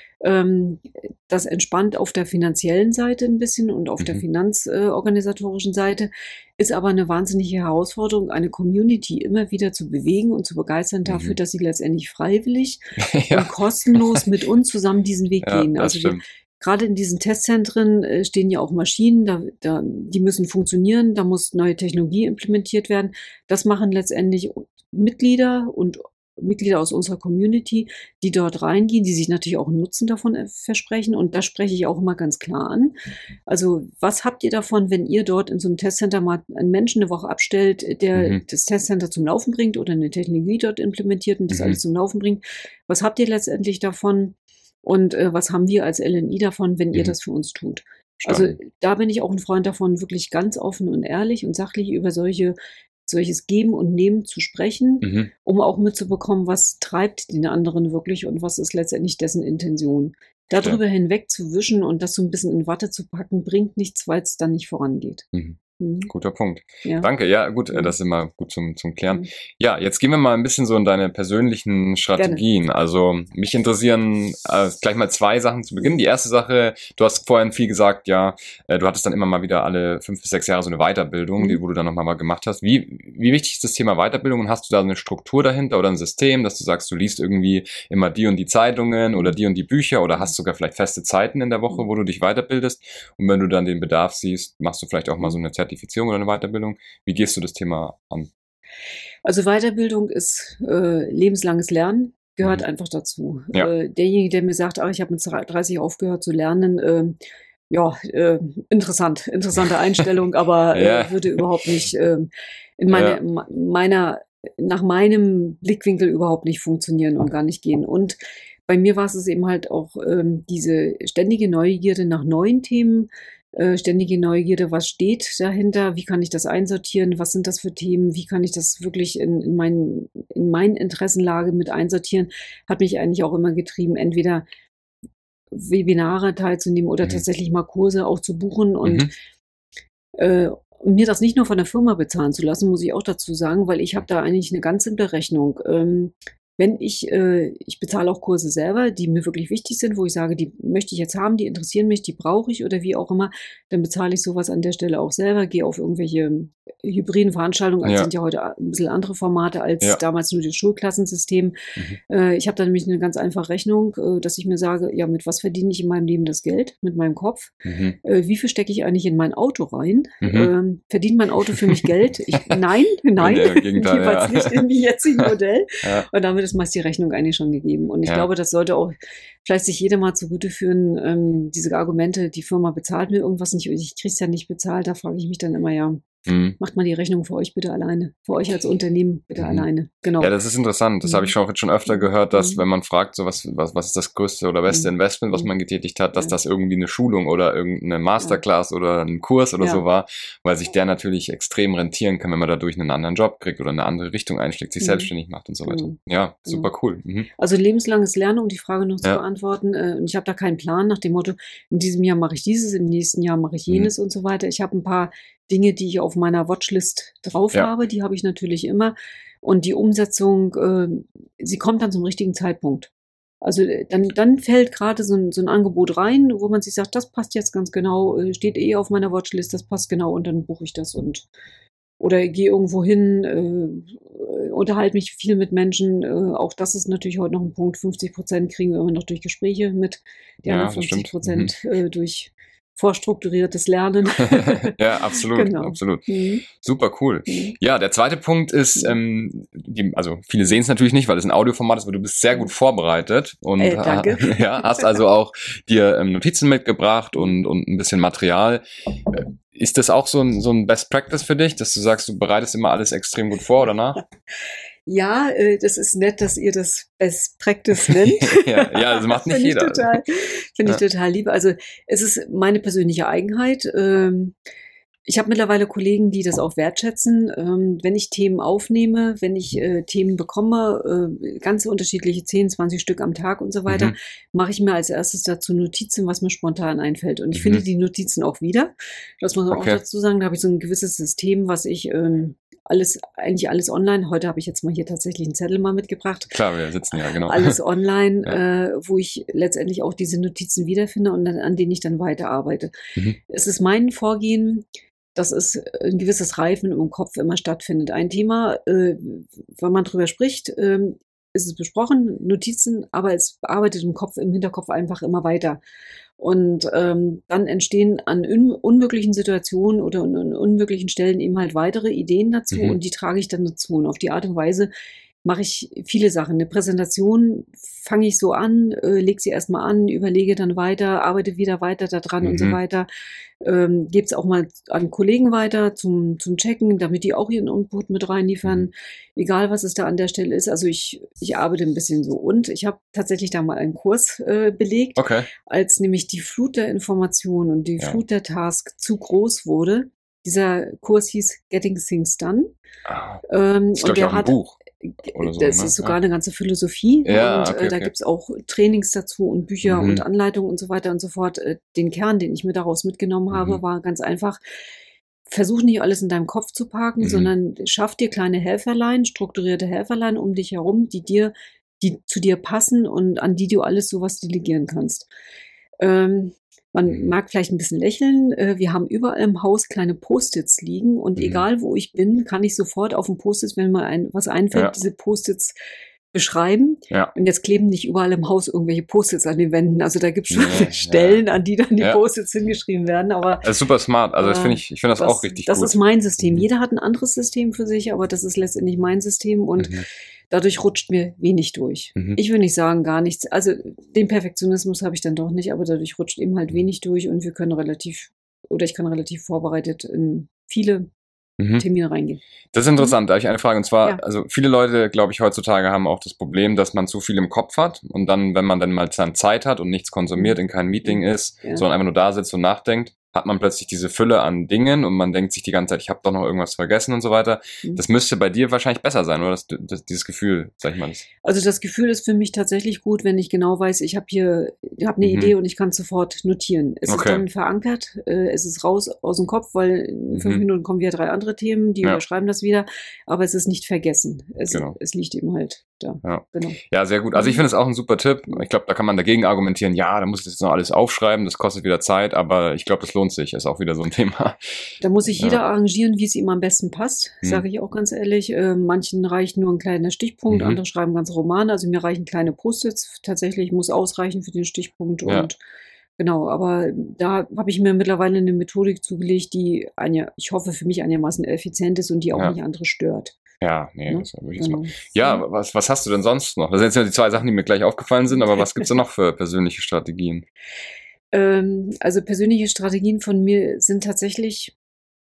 Ähm, das entspannt auf der finanziellen Seite ein bisschen und auf der Mhm. finanzorganisatorischen Seite, ist aber eine wahnsinnige Herausforderung, eine Community immer wieder zu bewegen und zu begeistern dafür, Mhm. dass sie letztendlich freiwillig Ja. und kostenlos mit uns zusammen diesen Weg Ja, gehen. das Also wir, stimmt. gerade in diesen Testzentren äh, stehen ja auch Maschinen, da, da, die müssen funktionieren, da muss neue Technologie implementiert werden. Das machen letztendlich Mitglieder und Mitglieder aus unserer Community, die dort reingehen, die sich natürlich auch einen Nutzen davon äh, versprechen. Und das spreche ich auch immer ganz klar an. Also was habt ihr davon, wenn ihr dort in so einem Testcenter mal einen Menschen eine Woche abstellt, der Mhm. das Testcenter zum Laufen bringt oder eine Technologie dort implementiert und das Mhm. alles zum Laufen bringt? Was habt ihr letztendlich davon? Und äh, was haben wir als L N I davon, wenn ihr Mhm. das für uns tut? Also Verstanden. da bin ich auch ein Freund davon, wirklich ganz offen und ehrlich und sachlich über solche, solches Geben und Nehmen zu sprechen, Mhm. um auch mitzubekommen, was treibt den anderen wirklich und was ist letztendlich dessen Intention. Darüber hinweg zu wischen und das so ein bisschen in Watte zu packen, bringt nichts, weil es dann nicht vorangeht. Mhm. Mhm. Guter Punkt. Ja. Danke, ja gut, äh, Mhm. das ist immer gut zum, zum Klären. Mhm. Ja, jetzt gehen wir mal ein bisschen so in deine persönlichen Strategien. Also mich interessieren äh, gleich mal zwei Sachen zu Beginn. Die erste Sache, du hast vorhin viel gesagt, ja, äh, du hattest dann immer mal wieder alle fünf bis sechs Jahre so eine Weiterbildung, Mhm. die, wo du dann nochmal mal gemacht hast. Wie, wie wichtig ist das Thema Weiterbildung und hast du da eine Struktur dahinter oder ein System, dass du sagst, du liest irgendwie immer die und die Zeitungen oder die und die Bücher oder hast sogar vielleicht feste Zeiten in der Woche, wo du dich weiterbildest und wenn du dann den Bedarf siehst, machst du vielleicht auch mal so eine Zertifizierung oder eine Weiterbildung. Wie gehst du das Thema an? Also Weiterbildung ist äh, lebenslanges Lernen, gehört Mhm. einfach dazu. Ja. Äh, derjenige, der mir sagt, ach, ich habe mit dreißig aufgehört zu lernen, ähm, ja, äh, interessant, interessante Einstellung, aber äh, Ja. würde überhaupt nicht ähm, in meine, Ja. ma- meiner, nach meinem Blickwinkel überhaupt nicht funktionieren und gar nicht gehen. Und bei mir war es eben halt auch ähm, diese ständige Neugierde nach neuen Themen, äh, ständige Neugierde, was steht dahinter, wie kann ich das einsortieren, was sind das für Themen, wie kann ich das wirklich in, in, mein, in meine Interessenlage mit einsortieren, hat mich eigentlich auch immer getrieben, entweder Webinare teilzunehmen oder Mhm. tatsächlich mal Kurse auch zu buchen und Mhm. äh, und mir das nicht nur von der Firma bezahlen zu lassen, muss ich auch dazu sagen, weil ich habe da eigentlich eine ganz simple Rechnung. Ähm, wenn ich, äh, ich bezahle auch Kurse selber, die mir wirklich wichtig sind, wo ich sage, die möchte ich jetzt haben, die interessieren mich, die brauche ich oder wie auch immer, dann bezahle ich sowas an der Stelle auch selber, gehe auf irgendwelche hybriden Veranstaltungen, das Ja. sind ja heute ein bisschen andere Formate als Ja. damals nur das Schulklassensystem. Mhm. Äh, ich habe da nämlich eine ganz einfache Rechnung, äh, dass ich mir sage, ja, mit was verdiene ich in meinem Leben das Geld? Mit meinem Kopf. Mhm. Äh, wie viel stecke ich eigentlich in mein Auto rein? Mhm. Ähm, verdient mein Auto für mich Geld? Ich, nein, nein, Ja, im Gegenteil, jedenfalls ja. nicht im jetzigen Modell. Ja. Und damit ist meist die Rechnung eigentlich schon gegeben. Und ich Ja. glaube, das sollte auch vielleicht sich jeder mal zugute führen, ähm, diese Argumente, die Firma bezahlt mir irgendwas nicht und ich kriege es ja nicht bezahlt. Da frage ich mich dann immer, ja, Mhm. macht mal die Rechnung für euch bitte alleine. Für euch als Unternehmen bitte Mhm. alleine. Genau. Ja, das ist interessant. Das Mhm. habe ich schon, auch schon öfter gehört, dass Mhm. wenn man fragt, so was, was, was ist das größte oder beste Mhm. Investment, was Mhm. man getätigt hat, dass Ja. das irgendwie eine Schulung oder irgendeine Masterclass oder ein Kurs oder Ja. so war, weil sich der natürlich extrem rentieren kann, wenn man dadurch einen anderen Job kriegt oder eine andere Richtung einschlägt, sich Mhm. selbstständig macht und so weiter. Genau. Ja, super cool. Mhm. Also lebenslanges Lernen, um die Frage noch zu Ja. beantworten. Äh, Und ich habe da keinen Plan nach dem Motto, in diesem Jahr mache ich dieses, im nächsten Jahr mache ich Mhm. jenes und so weiter. Ich habe ein paar Dinge, die ich auf meiner Watchlist drauf Ja. habe, die habe ich natürlich immer. Und die Umsetzung, äh, sie kommt dann zum richtigen Zeitpunkt. Also äh, dann, dann fällt gerade so ein, so ein Angebot rein, wo man sich sagt, das passt jetzt ganz genau, äh, steht eh auf meiner Watchlist, das passt genau und dann buche ich das und oder gehe irgendwo hin äh, unterhalte mich viel mit Menschen. Äh, auch das ist natürlich heute noch ein Punkt. fünfzig Prozent kriegen wir immer noch durch Gespräche mit. Die Ja, anderen das fünfzig stimmt. Prozent Mhm. äh, durch vorstrukturiertes Lernen. Ja, absolut, Genau. absolut. Mhm. Super cool. Mhm. Ja, der zweite Punkt ist, ähm, die, also viele sehen es natürlich nicht, weil es ein Audioformat ist, aber du bist sehr gut vorbereitet und Äh, danke. äh, ja, hast also auch dir ähm, Notizen mitgebracht und, und ein bisschen Material. Äh, Ist das auch so ein, so ein Best Practice für dich, dass du sagst, du bereitest immer alles extrem gut vor oder nach? Ja, äh, das ist nett, dass ihr das Best Practice nennt. ja, ja, das macht nicht Finde ich jeder. total, finde ich Ja. total lieb. Also es ist meine persönliche Eigenheit. Ähm, ich habe mittlerweile Kollegen, die das auch wertschätzen. Ähm, wenn ich Themen aufnehme, wenn ich äh, Themen bekomme, äh, ganz unterschiedliche zehn, zwanzig Stück am Tag und so weiter, Mhm. mache ich mir als erstes dazu Notizen, was mir spontan einfällt. Und ich Mhm. finde die Notizen auch wieder. Das muss man Okay. auch dazu sagen. Da habe ich so ein gewisses System, was ich ähm, alles, eigentlich alles online. Heute habe ich jetzt mal hier tatsächlich einen Zettel mal mitgebracht. Klar, wir sitzen ja, genau. Alles online, Ja. äh, wo ich letztendlich auch diese Notizen wiederfinde und dann, an denen ich dann weiterarbeite. Mhm. Es ist mein Vorgehen, dass es ein gewisses Reifen im Kopf immer stattfindet. Ein Thema, äh, wenn man drüber spricht, ähm, ist es besprochen, Notizen, aber es arbeitet im Kopf, im Hinterkopf einfach immer weiter. Und ähm, dann entstehen an un unmöglichen Situationen oder an, an unmöglichen Stellen eben halt weitere Ideen dazu Mhm. und die trage ich dann dazu. Und auf die Art und Weise mache ich viele Sachen. Eine Präsentation fange ich so an, äh, lege sie erstmal an, überlege dann weiter, arbeite wieder weiter daran und so Mhm. weiter. Ähm, gebe es auch mal an Kollegen weiter zum, zum Checken, damit die auch ihren Input mit reinliefern, Mhm. egal was es da an der Stelle ist. Also ich, ich arbeite ein bisschen so. Und ich habe tatsächlich da mal einen Kurs äh, belegt, Okay. als nämlich die Flut der Informationen und die Ja. Flut der Task zu groß wurde. Dieser Kurs hieß Getting Things Done. Ah, Ähm, das ist, glaube und ich, der auch ein hat, Buch oder so, das ne? ist sogar Ja. eine ganze Philosophie Ja, und okay, äh, da okay. gibt's auch Trainings dazu und Bücher Mhm. und Anleitungen und so weiter und so fort. Äh, den Kern, den ich mir daraus mitgenommen habe, Mhm. war ganz einfach, versuch nicht alles in deinem Kopf zu parken, Mhm. sondern schaff dir kleine Helferlein, strukturierte Helferlein um dich herum, die dir, die zu dir passen und an die du alles sowas delegieren kannst. Ähm, man Mhm. mag vielleicht ein bisschen lächeln. Äh, wir haben überall im Haus kleine Post-its liegen und Mhm. egal wo ich bin, kann ich sofort auf dem Post-it, wenn mir ein, was einfällt, Ja. diese Post-its beschreiben. Ja. Und jetzt kleben nicht überall im Haus irgendwelche Post-its an den Wänden. Also da gibt es schon Nee, Stellen, ja. an die dann die Ja. Post-its hingeschrieben werden. Aber Das ist super smart. Also das äh, finde ich, ich finde das, das, auch richtig das gut. ist mein System. Mhm. Jeder hat ein anderes System für sich, aber das ist letztendlich mein System und Mhm. dadurch rutscht mir wenig durch. Mhm. Ich will nicht sagen, gar nichts. Also den Perfektionismus habe ich dann doch nicht, aber dadurch rutscht eben halt wenig durch und wir können relativ, oder ich kann relativ vorbereitet in viele Mhm. Termine reingehen. Das ist interessant, da habe ich eine Frage. Und zwar, Ja. also viele Leute, glaube ich, heutzutage haben auch das Problem, dass man zu viel im Kopf hat und dann, wenn man dann mal dann Zeit hat und nichts konsumiert, in keinem Meeting ist, Ja. sondern einfach nur da sitzt und nachdenkt, hat man plötzlich diese Fülle an Dingen und man denkt sich die ganze Zeit, ich habe doch noch irgendwas vergessen und so weiter. Mhm. Das müsste bei dir wahrscheinlich besser sein, oder? Das, das, dieses Gefühl, sag ich mal. Das. Also das Gefühl ist für mich tatsächlich gut, wenn ich genau weiß, ich habe hier, ich habe eine Mhm. Idee und ich kann sofort notieren. Es Okay. ist dann verankert, äh, es ist raus aus dem Kopf, weil in fünf Mhm. Minuten kommen wieder drei andere Themen, die Ja. überschreiben das wieder, aber es ist nicht vergessen. Es, Genau. es liegt eben halt da. Ja. Genau. Ja, sehr gut. Also ich Mhm. finde es auch ein super Tipp. Ich glaube, da kann man dagegen argumentieren, ja, da muss ich das jetzt noch alles aufschreiben, das kostet wieder Zeit, aber ich glaube, das lohnt sich. Ist auch wieder so ein Thema. Da muss sich Ja. jeder arrangieren, wie es ihm am besten passt, Mhm. sage ich auch ganz ehrlich. Äh, manchen reicht nur ein kleiner Stichpunkt, Mhm. andere schreiben ganze Romane. Also mir reichen kleine Post-its. Tatsächlich muss ausreichen für den Stichpunkt. Ja. Und genau, aber da habe ich mir mittlerweile eine Methodik zugelegt, die eine, ich hoffe für mich einigermaßen effizient ist und die auch Ja. nicht andere stört. Ja, nee, Ne? das würde ich jetzt Genau. mal. Ja, was, was hast du denn sonst noch? Das sind jetzt ja die zwei Sachen, die mir gleich aufgefallen sind, aber was gibt's da noch für persönliche Strategien? Ähm, also persönliche Strategien von mir sind tatsächlich,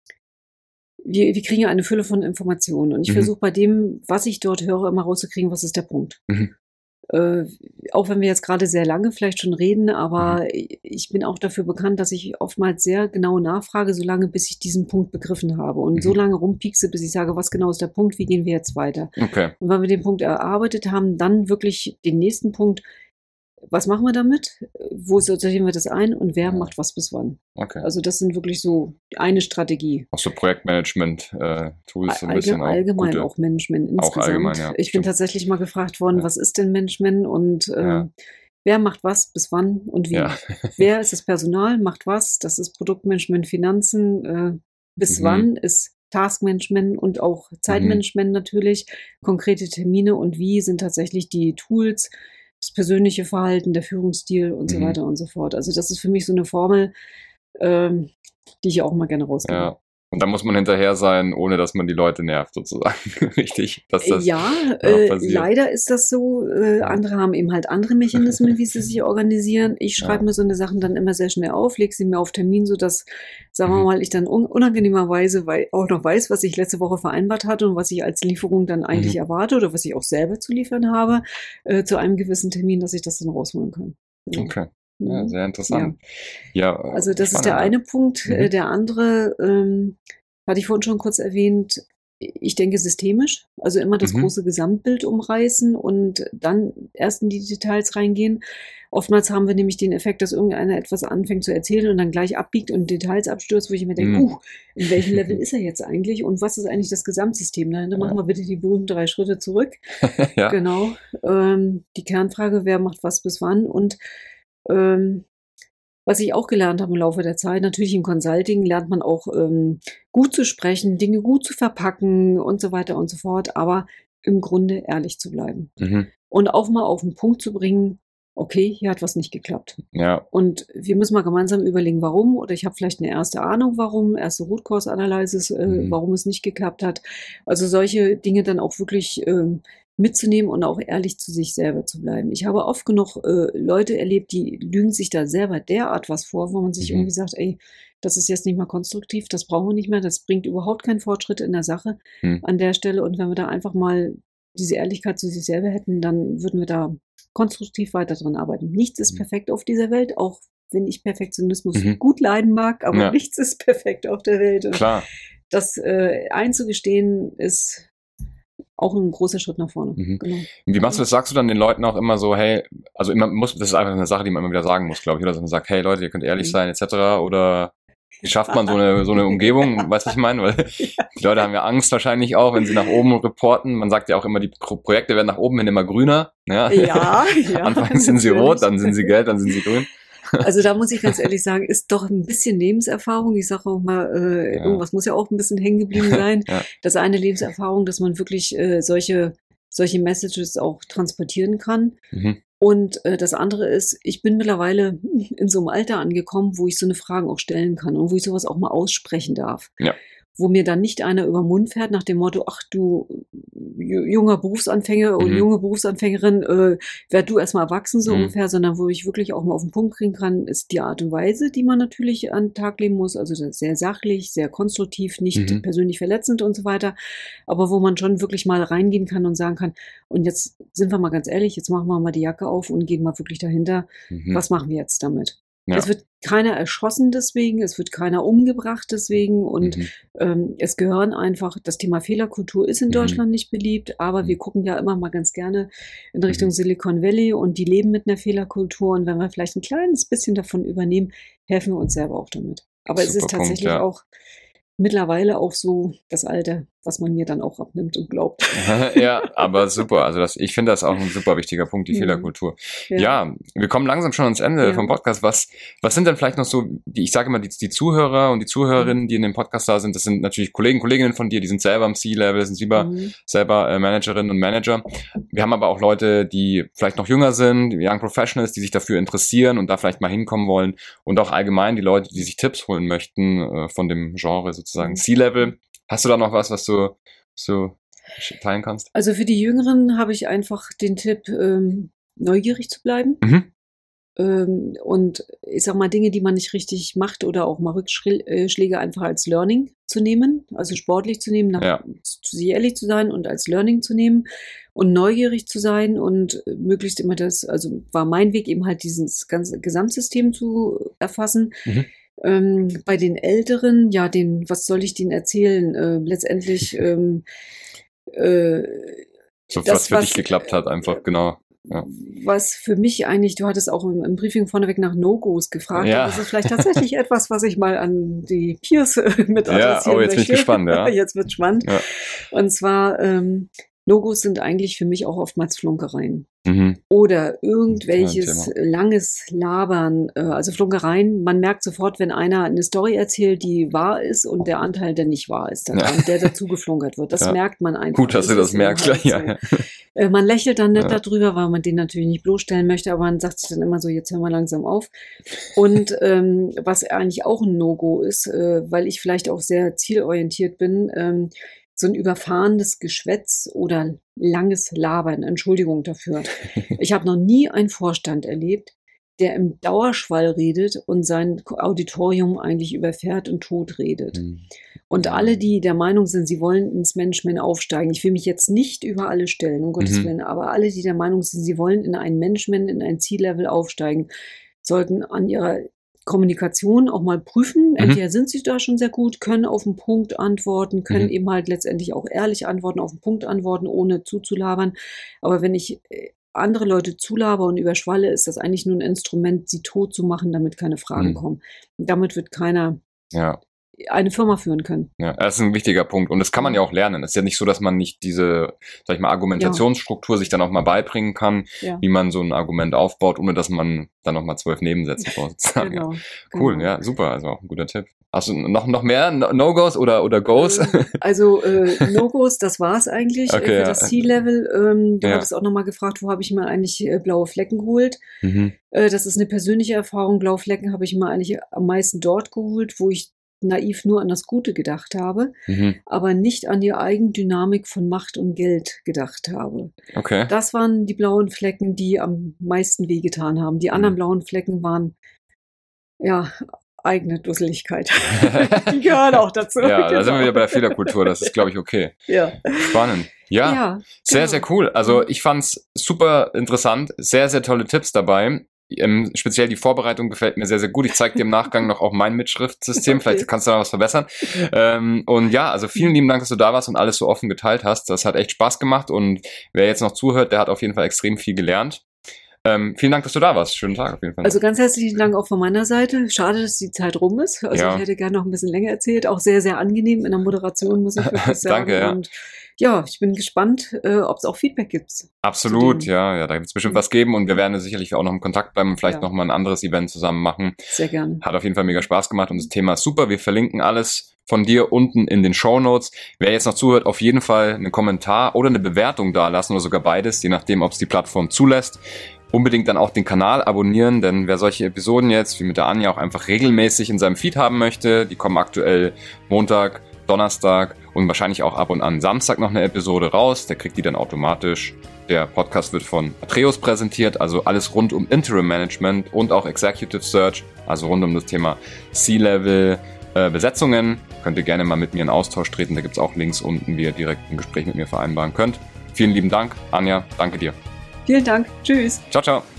wir, wir kriegen ja eine Fülle von Informationen und ich Mhm. versuche bei dem, was ich dort höre, immer rauszukriegen, was ist der Punkt. Mhm. Äh, auch wenn wir jetzt gerade sehr lange vielleicht schon reden, aber Mhm. ich bin auch dafür bekannt, dass ich oftmals sehr genau nachfrage, so lange, bis ich diesen Punkt begriffen habe und Mhm. so lange rumpiekse, bis ich sage, was genau ist der Punkt, wie gehen wir jetzt weiter? Okay. Und wenn wir den Punkt erarbeitet haben, dann wirklich den nächsten Punkt, was machen wir damit? Wo sortieren wir das ein und wer Ja. macht was bis wann? Okay. Also das sind wirklich so eine Strategie. Auch so Projektmanagement-Tools so ein Allge bisschen auch. allgemein gute. auch Management Auch insgesamt. allgemein, ja, ich bin stimmt. tatsächlich mal gefragt worden, Ja. was ist denn Management und äh, Ja. wer macht was, bis wann und wie? Ja. Wer ist das Personal, macht was? Das ist Produktmanagement, Finanzen. Äh, bis Mhm. wann ist Taskmanagement und auch Zeitmanagement mhm. natürlich, konkrete Termine und wie sind tatsächlich die Tools, das persönliche Verhalten, der Führungsstil und mhm. so weiter und so fort. Also das ist für mich so eine Formel, ähm, die ich auch mal gerne rausgebe. Ja. Und da muss man hinterher sein, ohne dass man die Leute nervt, sozusagen. Richtig? Dass das ja, äh, leider ist das so. Äh, andere haben eben halt andere Mechanismen, wie sie sich organisieren. Ich schreibe ja. mir so eine Sachen dann immer sehr schnell auf, lege sie mir auf Termin, sodass, sagen wir mal, ich dann un- unangenehmerweise weil, auch noch weiß, was ich letzte Woche vereinbart hatte und was ich als Lieferung dann eigentlich mhm. erwarte oder was ich auch selber zu liefern habe, äh, zu einem gewissen Termin, dass ich das dann rausholen kann. Genau. Okay. Ja, sehr interessant. Ja, ja also das ist der eine Punkt. Mhm. Der andere, ähm, hatte ich vorhin schon kurz erwähnt, ich denke systemisch, also immer das mhm. große Gesamtbild umreißen und dann erst in die Details reingehen. Oftmals haben wir nämlich den Effekt, dass irgendeiner etwas anfängt zu erzählen und dann gleich abbiegt und Details abstürzt, wo ich mir denke, mhm. uh, in welchem Level ist er jetzt eigentlich und was ist eigentlich das Gesamtsystem? Dann machen wir bitte die berühmten drei Schritte zurück. ja. Genau. Ähm, die Kernfrage, wer macht was bis wann und Ähm, was ich auch gelernt habe im Laufe der Zeit, natürlich im Consulting lernt man auch ähm, gut zu sprechen, Dinge gut zu verpacken und so weiter und so fort, aber im Grunde ehrlich zu bleiben. Mhm. Und auch mal auf den Punkt zu bringen, okay, hier hat was nicht geklappt. Ja. Und wir müssen mal gemeinsam überlegen, warum, oder ich habe vielleicht eine erste Ahnung, warum, erste Root Cause Analysis, äh, mhm. warum es nicht geklappt hat. Also solche Dinge dann auch wirklich ähm, mitzunehmen und auch ehrlich zu sich selber zu bleiben. Ich habe oft genug äh, Leute erlebt, die lügen sich da selber derart was vor, wo man sich mhm. irgendwie sagt, ey, das ist jetzt nicht mal konstruktiv, das brauchen wir nicht mehr, das bringt überhaupt keinen Fortschritt in der Sache mhm. an der Stelle. Und wenn wir da einfach mal diese Ehrlichkeit zu sich selber hätten, dann würden wir da konstruktiv weiter dran arbeiten. Nichts ist mhm. perfekt auf dieser Welt, auch wenn ich Perfektionismus mhm. gut leiden mag, aber ja. nichts ist perfekt auf der Welt. Und Klar. das äh, einzugestehen ist auch ein großer Schritt nach vorne. Mhm. Genau. Wie machst du das? Sagst du dann den Leuten auch immer so, hey, also immer muss, das ist einfach eine Sache, die man immer wieder sagen muss, glaube ich, oder dass man sagt, hey Leute, ihr könnt ehrlich mhm. sein, et cetera. Oder wie schafft man so eine, so eine Umgebung? Weißt du, was ich meine? Weil die Leute haben ja Angst wahrscheinlich auch, wenn sie nach oben reporten. Man sagt ja auch immer, die Projekte werden nach oben hin immer grüner. Ja, ja. ja Anfangs sind sie rot, dann sind sie gelb, dann sind sie grün. Also da muss ich ganz ehrlich sagen, ist doch ein bisschen Lebenserfahrung. Ich sage auch mal, äh, ja. irgendwas muss ja auch ein bisschen hängen geblieben sein. ja. Das eine Lebenserfahrung, dass man wirklich äh, solche, solche Messages auch transportieren kann. Mhm. Und äh, das andere ist, ich bin mittlerweile in so einem Alter angekommen, wo ich so eine Frage auch stellen kann und wo ich sowas auch mal aussprechen darf. Ja. Wo mir dann nicht einer über den Mund fährt nach dem Motto, ach du junger Berufsanfänger und mhm. junge Berufsanfängerin, äh, werd du erstmal erwachsen, so mhm. ungefähr, sondern wo ich wirklich auch mal auf den Punkt kriegen kann, ist die Art und Weise, die man natürlich an den Tag legen muss, also sehr sachlich, sehr konstruktiv, nicht mhm. persönlich verletzend und so weiter, aber wo man schon wirklich mal reingehen kann und sagen kann, und jetzt sind wir mal ganz ehrlich, jetzt machen wir mal die Jacke auf und gehen mal wirklich dahinter, mhm. was machen wir jetzt damit? Ja. Es wird keiner erschossen deswegen, es wird keiner umgebracht deswegen und mhm. ähm, es gehören einfach, das Thema Fehlerkultur ist in mhm. Deutschland nicht beliebt, aber wir gucken ja immer mal ganz gerne in Richtung mhm. Silicon Valley und die leben mit einer Fehlerkultur und wenn wir vielleicht ein kleines bisschen davon übernehmen, helfen wir uns selber auch damit. Aber Super es ist tatsächlich Punkt, ja. auch mittlerweile auch so das Alter, was man mir dann auch abnimmt und glaubt. Ja, aber super. Also das, ich finde das auch ein super wichtiger Punkt, die ja. Fehlerkultur. Ja. ja, wir kommen langsam schon ans Ende ja. vom Podcast. Was, was sind denn vielleicht noch so, die, ich sage immer, die, die Zuhörer und die Zuhörerinnen, die in dem Podcast da sind, das sind natürlich Kollegen, Kolleginnen von dir, die sind selber im C-Level, sind selber, mhm. selber äh, Managerinnen und Manager. Wir haben aber auch Leute, die vielleicht noch jünger sind, Young Professionals, die sich dafür interessieren und da vielleicht mal hinkommen wollen und auch allgemein die Leute, die sich Tipps holen möchten äh, von dem Genre sozusagen mhm. C-Level. Hast du da noch was, was du so teilen kannst? Also für die Jüngeren habe ich einfach den Tipp, ähm, neugierig zu bleiben. Mhm. Ähm, und ich sag mal, Dinge, die man nicht richtig macht oder auch mal Rückschläge einfach als Learning zu nehmen, also sportlich zu nehmen, nach, ja. zu sich ehrlich zu sein und als Learning zu nehmen und neugierig zu sein und möglichst immer das, also war mein Weg eben halt dieses ganze Gesamtsystem zu erfassen. Mhm. Ähm, bei den Älteren, ja, den, was soll ich denen erzählen? Äh, letztendlich ähm, äh, so, das, was für was, dich geklappt hat, einfach, äh, genau. Ja. Was für mich eigentlich, du hattest auch im, im Briefing vorneweg nach No-Gos gefragt, ja. Das ist vielleicht tatsächlich etwas, was ich mal an die Peers mit adressieren ja, oh, jetzt möchte. Bin ich gespannt, ja. Jetzt wird spannend. Ja. Und zwar, ähm, No-Gos sind eigentlich für mich auch oftmals Flunkereien. mhm. oder irgendwelches langes Labern, äh, also Flunkereien. Man merkt sofort, wenn einer eine Story erzählt, die wahr ist und der Anteil, der nicht wahr ist, daran, ja. der dazu geflunkert wird. Das ja. merkt man einfach. Gut, dass das du das merkst. Halt ja, ja. Äh, man lächelt dann nicht ja. darüber, weil man den natürlich nicht bloßstellen möchte, aber man sagt sich dann immer so, jetzt hören wir langsam auf. Und ähm, was eigentlich auch ein No-Go ist, äh, weil ich vielleicht auch sehr zielorientiert bin, ähm, so ein überfahrenes Geschwätz oder langes Labern, Entschuldigung dafür. Ich habe noch nie einen Vorstand erlebt, der im Dauerschwall redet und sein Auditorium eigentlich überfährt und tot redet. Mhm. Und alle, die der Meinung sind, sie wollen ins Management aufsteigen, ich will mich jetzt nicht über alle stellen, um Gottes mhm. Willen, aber alle, die der Meinung sind, sie wollen in ein Management, in ein C-Level aufsteigen, sollten an ihrer Kommunikation auch mal prüfen. Entweder mhm. sind sie da schon sehr gut, können auf den Punkt antworten, können mhm. eben halt letztendlich auch ehrlich antworten, auf den Punkt antworten, ohne zuzulabern. Aber wenn ich andere Leute zulaber und überschwalle, ist das eigentlich nur ein Instrument, sie tot zu machen, damit keine Fragen mhm. kommen. Damit wird keiner ja. eine Firma führen können. Ja, das ist ein wichtiger Punkt. Und das kann man ja auch lernen. Es ist ja nicht so, dass man nicht diese, sag ich mal, Argumentationsstruktur ja. sich dann auch mal beibringen kann, ja. wie man so ein Argument aufbaut, ohne dass man dann noch mal zwölf Nebensätze braucht. Genau, cool, genau. Ja, super. Also auch ein guter Tipp. Hast du noch, noch mehr No-Gos oder, oder Goes? Also äh, No-Gos, das war's eigentlich okay, für ja. das C-Level. Ähm, du ja. hattest auch nochmal gefragt, wo habe ich mir eigentlich äh, blaue Flecken geholt? Mhm. Äh, das ist eine persönliche Erfahrung. Blaue Flecken habe ich mir eigentlich am meisten dort geholt, wo ich naiv nur an das Gute gedacht habe, mhm. aber nicht an die Eigendynamik von Macht und Geld gedacht habe. Okay. Das waren die blauen Flecken, die am meisten wehgetan haben. Die anderen mhm. blauen Flecken waren, ja, eigene Dusseligkeit. Die gehören auch dazu. Ja, genau. Da sind wir wieder bei der Fehlerkultur. Das ist, glaube ich, okay. Ja. Spannend. Ja, ja sehr, genau. sehr cool. Also ich fand's super interessant. Sehr, sehr tolle Tipps dabei. Ähm, speziell die Vorbereitung gefällt mir sehr, sehr gut. Ich zeige dir im Nachgang noch auch mein Mitschriftsystem. Okay. Vielleicht kannst du da was verbessern. Ähm, und ja, also vielen lieben Dank, dass du da warst und alles so offen geteilt hast. Das hat echt Spaß gemacht. Und wer jetzt noch zuhört, der hat auf jeden Fall extrem viel gelernt. Ähm, vielen Dank, dass du da warst. Schönen Tag auf jeden Fall. Also ganz herzlichen Dank auch von meiner Seite. Schade, dass die Zeit rum ist. Also ja. ich hätte gerne noch ein bisschen länger erzählt. Auch sehr, sehr angenehm in der Moderation, muss ich wirklich sagen. Danke, ja. Und ja, ich bin gespannt, äh, ob es auch Feedback gibt. Absolut, ja, ja, da wird es bestimmt was geben und wir werden sicherlich auch noch im Kontakt bleiben und vielleicht ja. noch mal ein anderes Event zusammen machen. Sehr gerne. Hat auf jeden Fall mega Spaß gemacht und das Thema ist super. Wir verlinken alles von dir unten in den Shownotes. Wer jetzt noch zuhört, auf jeden Fall einen Kommentar oder eine Bewertung dalassen oder sogar beides, je nachdem, ob es die Plattform zulässt. Unbedingt dann auch den Kanal abonnieren, denn wer solche Episoden jetzt, wie mit der Anja, auch einfach regelmäßig in seinem Feed haben möchte, die kommen aktuell Montag, Donnerstag und wahrscheinlich auch ab und an Samstag noch eine Episode raus, der kriegt die dann automatisch. Der Podcast wird von Atreus präsentiert, also alles rund um Interim Management und auch Executive Search, also rund um das Thema C-Level äh, Besetzungen. Könnt ihr gerne mal mit mir in Austausch treten, da gibt es auch Links unten, wie ihr direkt ein Gespräch mit mir vereinbaren könnt. Vielen lieben Dank, Anja, danke dir. Vielen Dank. Tschüss. Ciao, ciao.